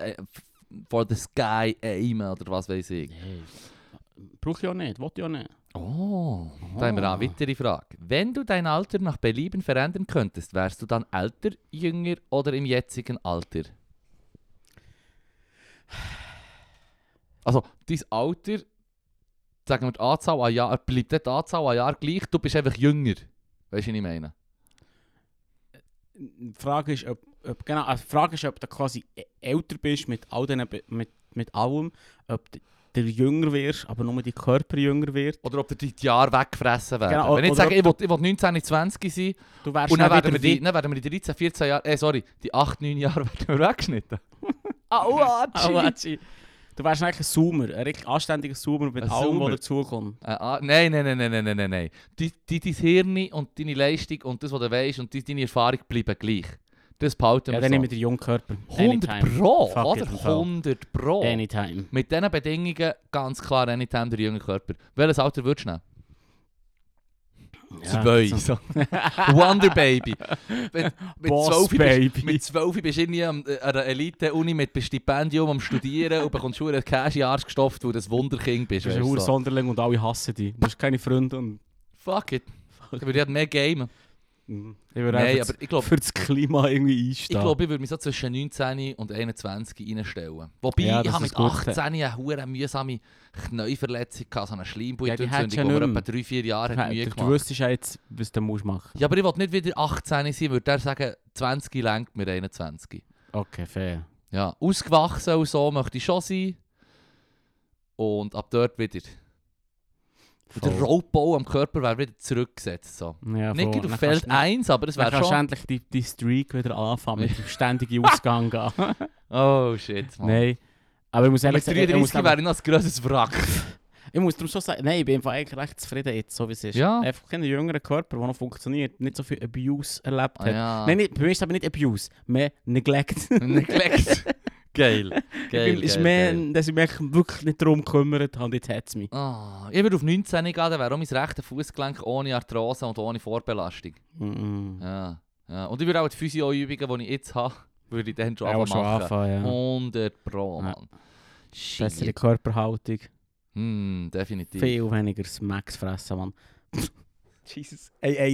for the sky aimen oder was weiß ich. Nee. Brauche ich auch nicht, will ich auch nicht. Oh, da haben wir eine weitere Frage. Wenn du dein Alter nach Belieben verändern könntest, wärst du dann älter, jünger oder im jetzigen Alter? Also, dein Alter, sagen wir die Anzahl an Jahren, bleibt die Anzahl an Jahren gleich, du bist einfach jünger. Weißt du, was ich meine? Die Frage ist, ob du quasi älter bist mit all mit allem, ob du jünger wirst, aber nur dein Körper jünger wird. Oder ob dir die Jahre weggefressen werden. Genau, wenn ich sage, ich will 19, 20 sein, du wärst und dann werden, wieder wir die 13, 14 Jahre, die 8, 9 Jahre werden wir weggeschnitten. Atschi. Du wärst eigentlich ein Zoomer, ein richtig anständiger Zoomer mit Ein allem, Zoomer? was dazukommt. Nein. Dein Hirn und deine Leistung und das, was du weißt und deine Erfahrung bleiben gleich. Das behalten Ja, wir dann so. nehme ich den jungen Körper. 100 Pro, Fuck oder? it, im Fall. 100 Pro. Anytime. Mit diesen Bedingungen ganz klar Anytime der junge Körper. Welches Alter würdest du nehmen? Ja, 2. so. So. Wonder Baby. Mit Boss 12 Baby. Mit 12 bist du irgendwie an einer Elite-Uni mit Stipendium am Studieren und bekommst schon einen Cash in den Arsch gestopft, weil du ein Wunderkind bist. Du bist ein weißt du, hoher so. Sonderling und alle hassen dich. Du hast keine Freunde und... Fuck it. Ich würde mehr gamen. Ich würde Nein, einfach aber ich glaube, für das Klima irgendwie einstehen. ich würde mich so zwischen 19 und 21 reinstellen. Wobei, Ja, ich das habe ist mit gut. 18 eine hure mühsame Knäuverletzung gehabt, so eine Ja, die Schleimbeutelentzündung, hättest du die ja mir nicht etwa 3-4 Jahre hat Mühe Du gemacht. wüsstest ja jetzt, was du machen musst. Ja, aber ich will nicht wieder 18 sein, würde der sagen, 20 lenkt mir 21. Okay, fair. Ja, ausgewachsen und so möchte ich schon sein. Und ab dort wieder. Und der Voll. Raubbau am Körper wäre wieder zurückgesetzt. So. Ja, Nicht voll. auf Dann Feld kannst- 1, aber das Dann wäre kannst du schon... endlich die Streak wieder anfangen, mit dem ständigen Ausgang gehen. Oh shit, Mann. Nein. Aber ich muss ehrlich Mit sagen, ich 33 wäre ich noch ein grosses Wrack. muss darum schon sagen, nein, ich bin einfach eigentlich recht zufrieden jetzt, so wie es ist. Ja. Einfach keinen jüngeren Körper, der noch funktioniert, nicht so viel Abuse erlebt hat. Ja. Nein, nicht, bei mir ist es aber nicht Abuse, mehr Neglect. Neglect. Geil. Geil, ist geil, mehr, geil. dass ich mich wirklich nicht darum gekümmert habe und jetzt hat es mich. Ah, ich würde auf 19 gehen, dann wäre auch mein rechtes Fußgelenk ohne Arthrose und ohne Vorbelastung. Mhm. Ja. Ja. Und ich würde auch die Physio-Übungen, die ich jetzt habe, würde ich dann schon Auch schon machen. anfangen, ja. 100 Pro, Ja. Mann. Bessere Shit. Körperhaltung, Definitiv. viel weniger Smacks fressen, Mann. Jesus. Ey,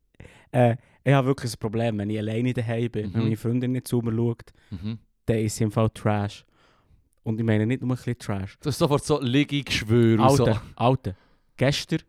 ich habe wirklich ein Problem, wenn ich alleine daheim bin, wenn Mhm. meine Freundin nicht zu mir schaut, Mhm. dann ist sie im Fall Trash. Und ich meine nicht nur ein bisschen Trash. Du hast sofort so Lieggeschwür und so. Alter, gestern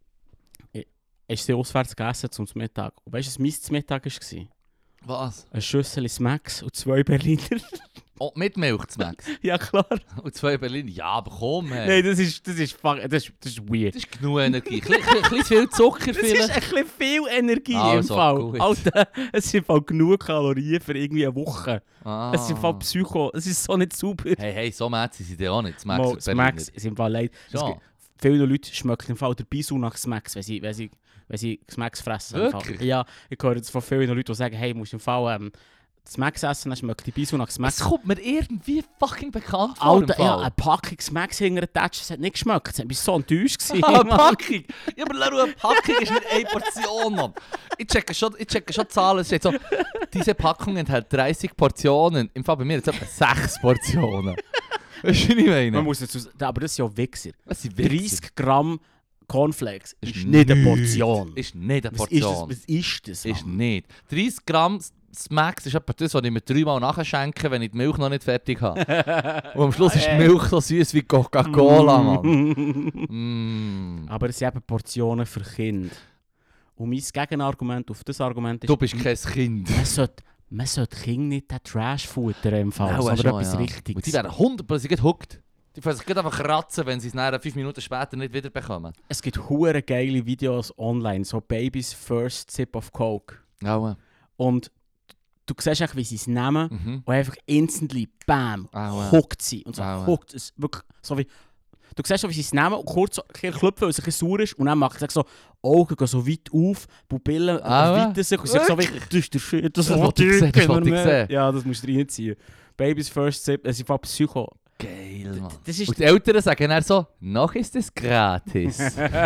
ist sie auswärts gegessen zum Mittag. Und weißt du, was mein Mittag war? Was? Eine Schüssel Smacks und 2 Berliner. Oh, mit Milch zu Max. Ja, klar. Und 2 Berlin. Ja, aber komm, hey. Nein, das ist weird. Das ist genug Energie. Ein viel Zucker Das ist vielleicht. ein bisschen viel Energie Also, im Fall. gut. Alter, es sind im Fall genug Kalorien für irgendwie eine Woche. Ah. Es ist im Fall Psycho. Es ist so nicht super. Hey, so mätzig sind die auch nicht. Smacks Mal, und Berliner. Smacks ist im Fall leid. Es Ja. gibt- Viele Leute schmecken im Fall der Bisou nach Smacks, wenn sie Smacks fressen. Im Fall. Wirklich? Ja, ich höre jetzt von vielen Leuten, die sagen, hey, du musst im Fall Smacks essen, dann schmeckt die Bisou nach Das Smacks. kommt mir irgendwie fucking bekannt vor. Alter, im ja, Fall. eine Packung Smacks hinter der Tasche, das hat nicht geschmeckt. Das hat mich so enttäuscht gewesen. Eine Mann. Packung! Ja, aber Leru, eine Packung ist nicht eine Portion, Mann. Ich checke schon die Zahlen. Es steht so, diese Packung enthält 30 Portionen. Im Fall bei mir jetzt etwa 6 Portionen. Weißt du, wie ich meine? Man muss dazu sagen, aber das ist ja Wichser. Was sind Witze? 30 Gramm Cornflakes Ist ist nicht eine nichts. Portion. Ist nicht eine Was ist Portion. das? Was ist das? Ist Mann? nicht. 30 Gramm Smacks ist etwa das, was ich mir 3-mal nachschenke, wenn ich die Milch noch nicht fertig habe. Und am Schluss ist die Milch so süß wie Coca-Cola, Mann. Mm. Aber es sind eben Portionen für Kinder. Und mein Gegenargument auf das Argument ist, Du bist kein Kind. man sollte Kinder nicht den Trash futtern im Fall, Ja, sondern schon, etwas ja. Richtiges. Und die werden 100% hooked. Die können sich gerade einfach kratzen, wenn sie es nachher 5 Minuten später nicht wieder bekommen. Es gibt hure geile Videos online, so Babys First Sip of Coke. Ja. Und du siehst echt, wie sie es nehmen Mhm. und einfach instantly, bam, Aua. hookt sie. Und so Aua. hookt es wirklich so wie... Du siehst schon, wie sie es nehmen und kurz so ein bisschen klopfen, weil es ein bisschen sauer ist. Und dann macht es so, Augen gehen so weit auf, Pupillen Aua. weiter sich. Und sie sagt so wie, Wirklich? das ist der Shit, das Das wollte wollte ich sehen, das immer wollte ich mehr. sehen. Ja, das musst du reinziehen. Babys First Sip, es ist voll Psycho. Geil, Mann. Das ist... Und die Eltern sagen dann so, noch ist es gratis.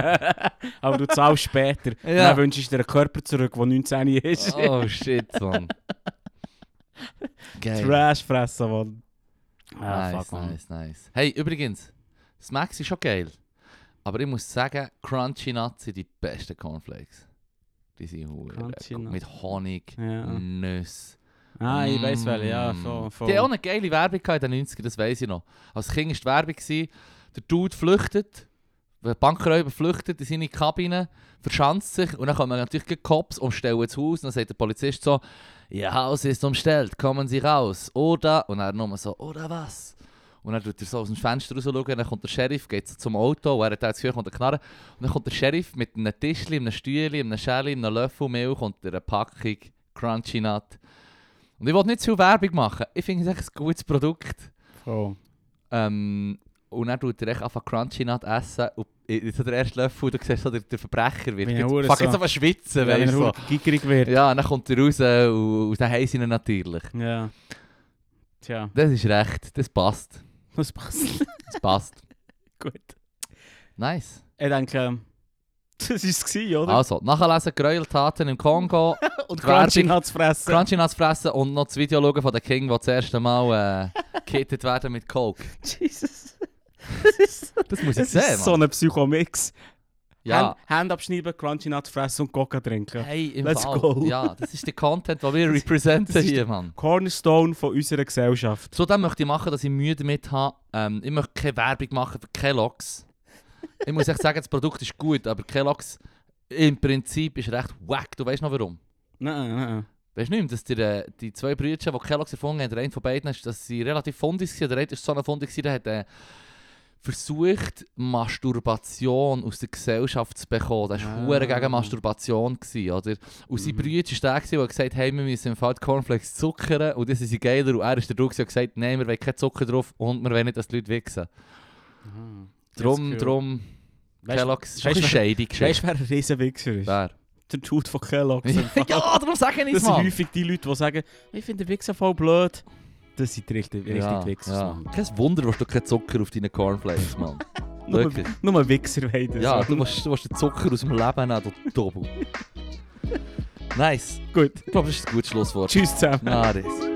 Aber du zahlst später. Ja. Dann wünschst du dir einen Körper zurück, der 19 ist. Oh shit, Mann. Geil. Trash fressen, Mann. Ah, Nice, fuck, Mann. nice, nice. Hey, übrigens, Smacks ist schon geil. Aber ich muss sagen, Crunchy Nuts sind die besten Cornflakes. Die sind Crunchy Nuts. mit Honig, Nüsse. Ich weiss welche, ja. Voll. Die haben auch eine geile Werbung in den 90ern, das weiss ich noch. Als Kind war die Werbung, der Dude flüchtet, der Bankräuber flüchtet in seine Kabine, verschanzt sich und dann kommen natürlich die Cops und stellen das Haus und dann sagt der Polizist so, Ihr Haus ist umstellt, kommen Sie raus, oder? Und er nur so, oder was? Und dann tut er so aus dem Fenster raus schauen, dann kommt der Sheriff, geht so zum Auto, und er hat das Gefühl, kommt der Knarre. Und dann kommt der Sheriff mit einem Tischli, einem Stühli, einem Schälli, einem Löffel Milch und einer Packung Crunchy Nut. Und ich will nicht zu viel Werbung machen, ich finde es echt ein gutes Produkt. Oh. Und dann tut er echt einfach Crunchy Nut essen und so der erste Löffel, du siehst so, der Verbrecher wird. Fuck, jetzt aber schwitzen, wenn er so. gierig wird. Ja, und dann kommt er raus und dann heissen ihn natürlich. Ja. Tja. Das ist recht, das passt. Das passt. Das passt. Gut. Nice. Ich denke, das war es, oder? Also, nachlesen Gräueltaten im Kongo. Und Crunchy Nuts fressen. Crunchy Nuts fressen und noch das Video schauen von den King, die das erste Mal gekittet werden mit Coke. Jesus. Das muss ich Das sehen, ist so ein Psychomix. Ja. Hand abschneiden, Crunchy Nuts fressen und Coca trinken. Hey, im Let's Fall. go. Ja, das ist der Content, den wir representen hier, Mann. Cornerstone von unserer Gesellschaft. Zudem möchte ich machen, dass ich Mühe damit habe. Ich möchte keine Werbung machen für Kellogg's. Ich muss echt sagen, das Produkt ist gut, aber Kellogg's im Prinzip ist recht wack. Du weißt noch warum? Nein. Weißt du nicht, dass die zwei Brüder, die Kellogg's erfunden haben, der eine von beiden ist, dass sie relativ fundig waren. Der eine war so eine fundig, der hat versucht, Masturbation aus der Gesellschaft zu bekommen. Das war verdammt gegen Masturbation. Oder? Und sein Bruder war der, der gesagt hat, hey, wir müssen im Fall die Cornflakes zuckern und das ist geiler. Und er ist der Druck, der gesagt hat, nein, wir wollen keinen Zucker drauf und wir wollen nicht, dass die Leute wichsen. Drum, Kellogg's ist ein bisschen shady. Weißt du, wer ein Riesenwichser ist? Wer? Der Dude von Kellogg's. Ja, darum sage ich Das nichts, sind Mann. häufig die Leute, die sagen, ich finde den Wichser voll blöd. Das sind die richtig Wichser. Ja. Kein Wunder, dass du keinen Zucker auf deinen Cornflakes, Mann. Wirklich. Nur Wichser wollen das. Ja, du musst den Zucker aus dem Leben nehmen, du Doppel. Nice. Gut. Ich glaube, das ist ein gutes Schlusswort. Tschüss zusammen. Na, das.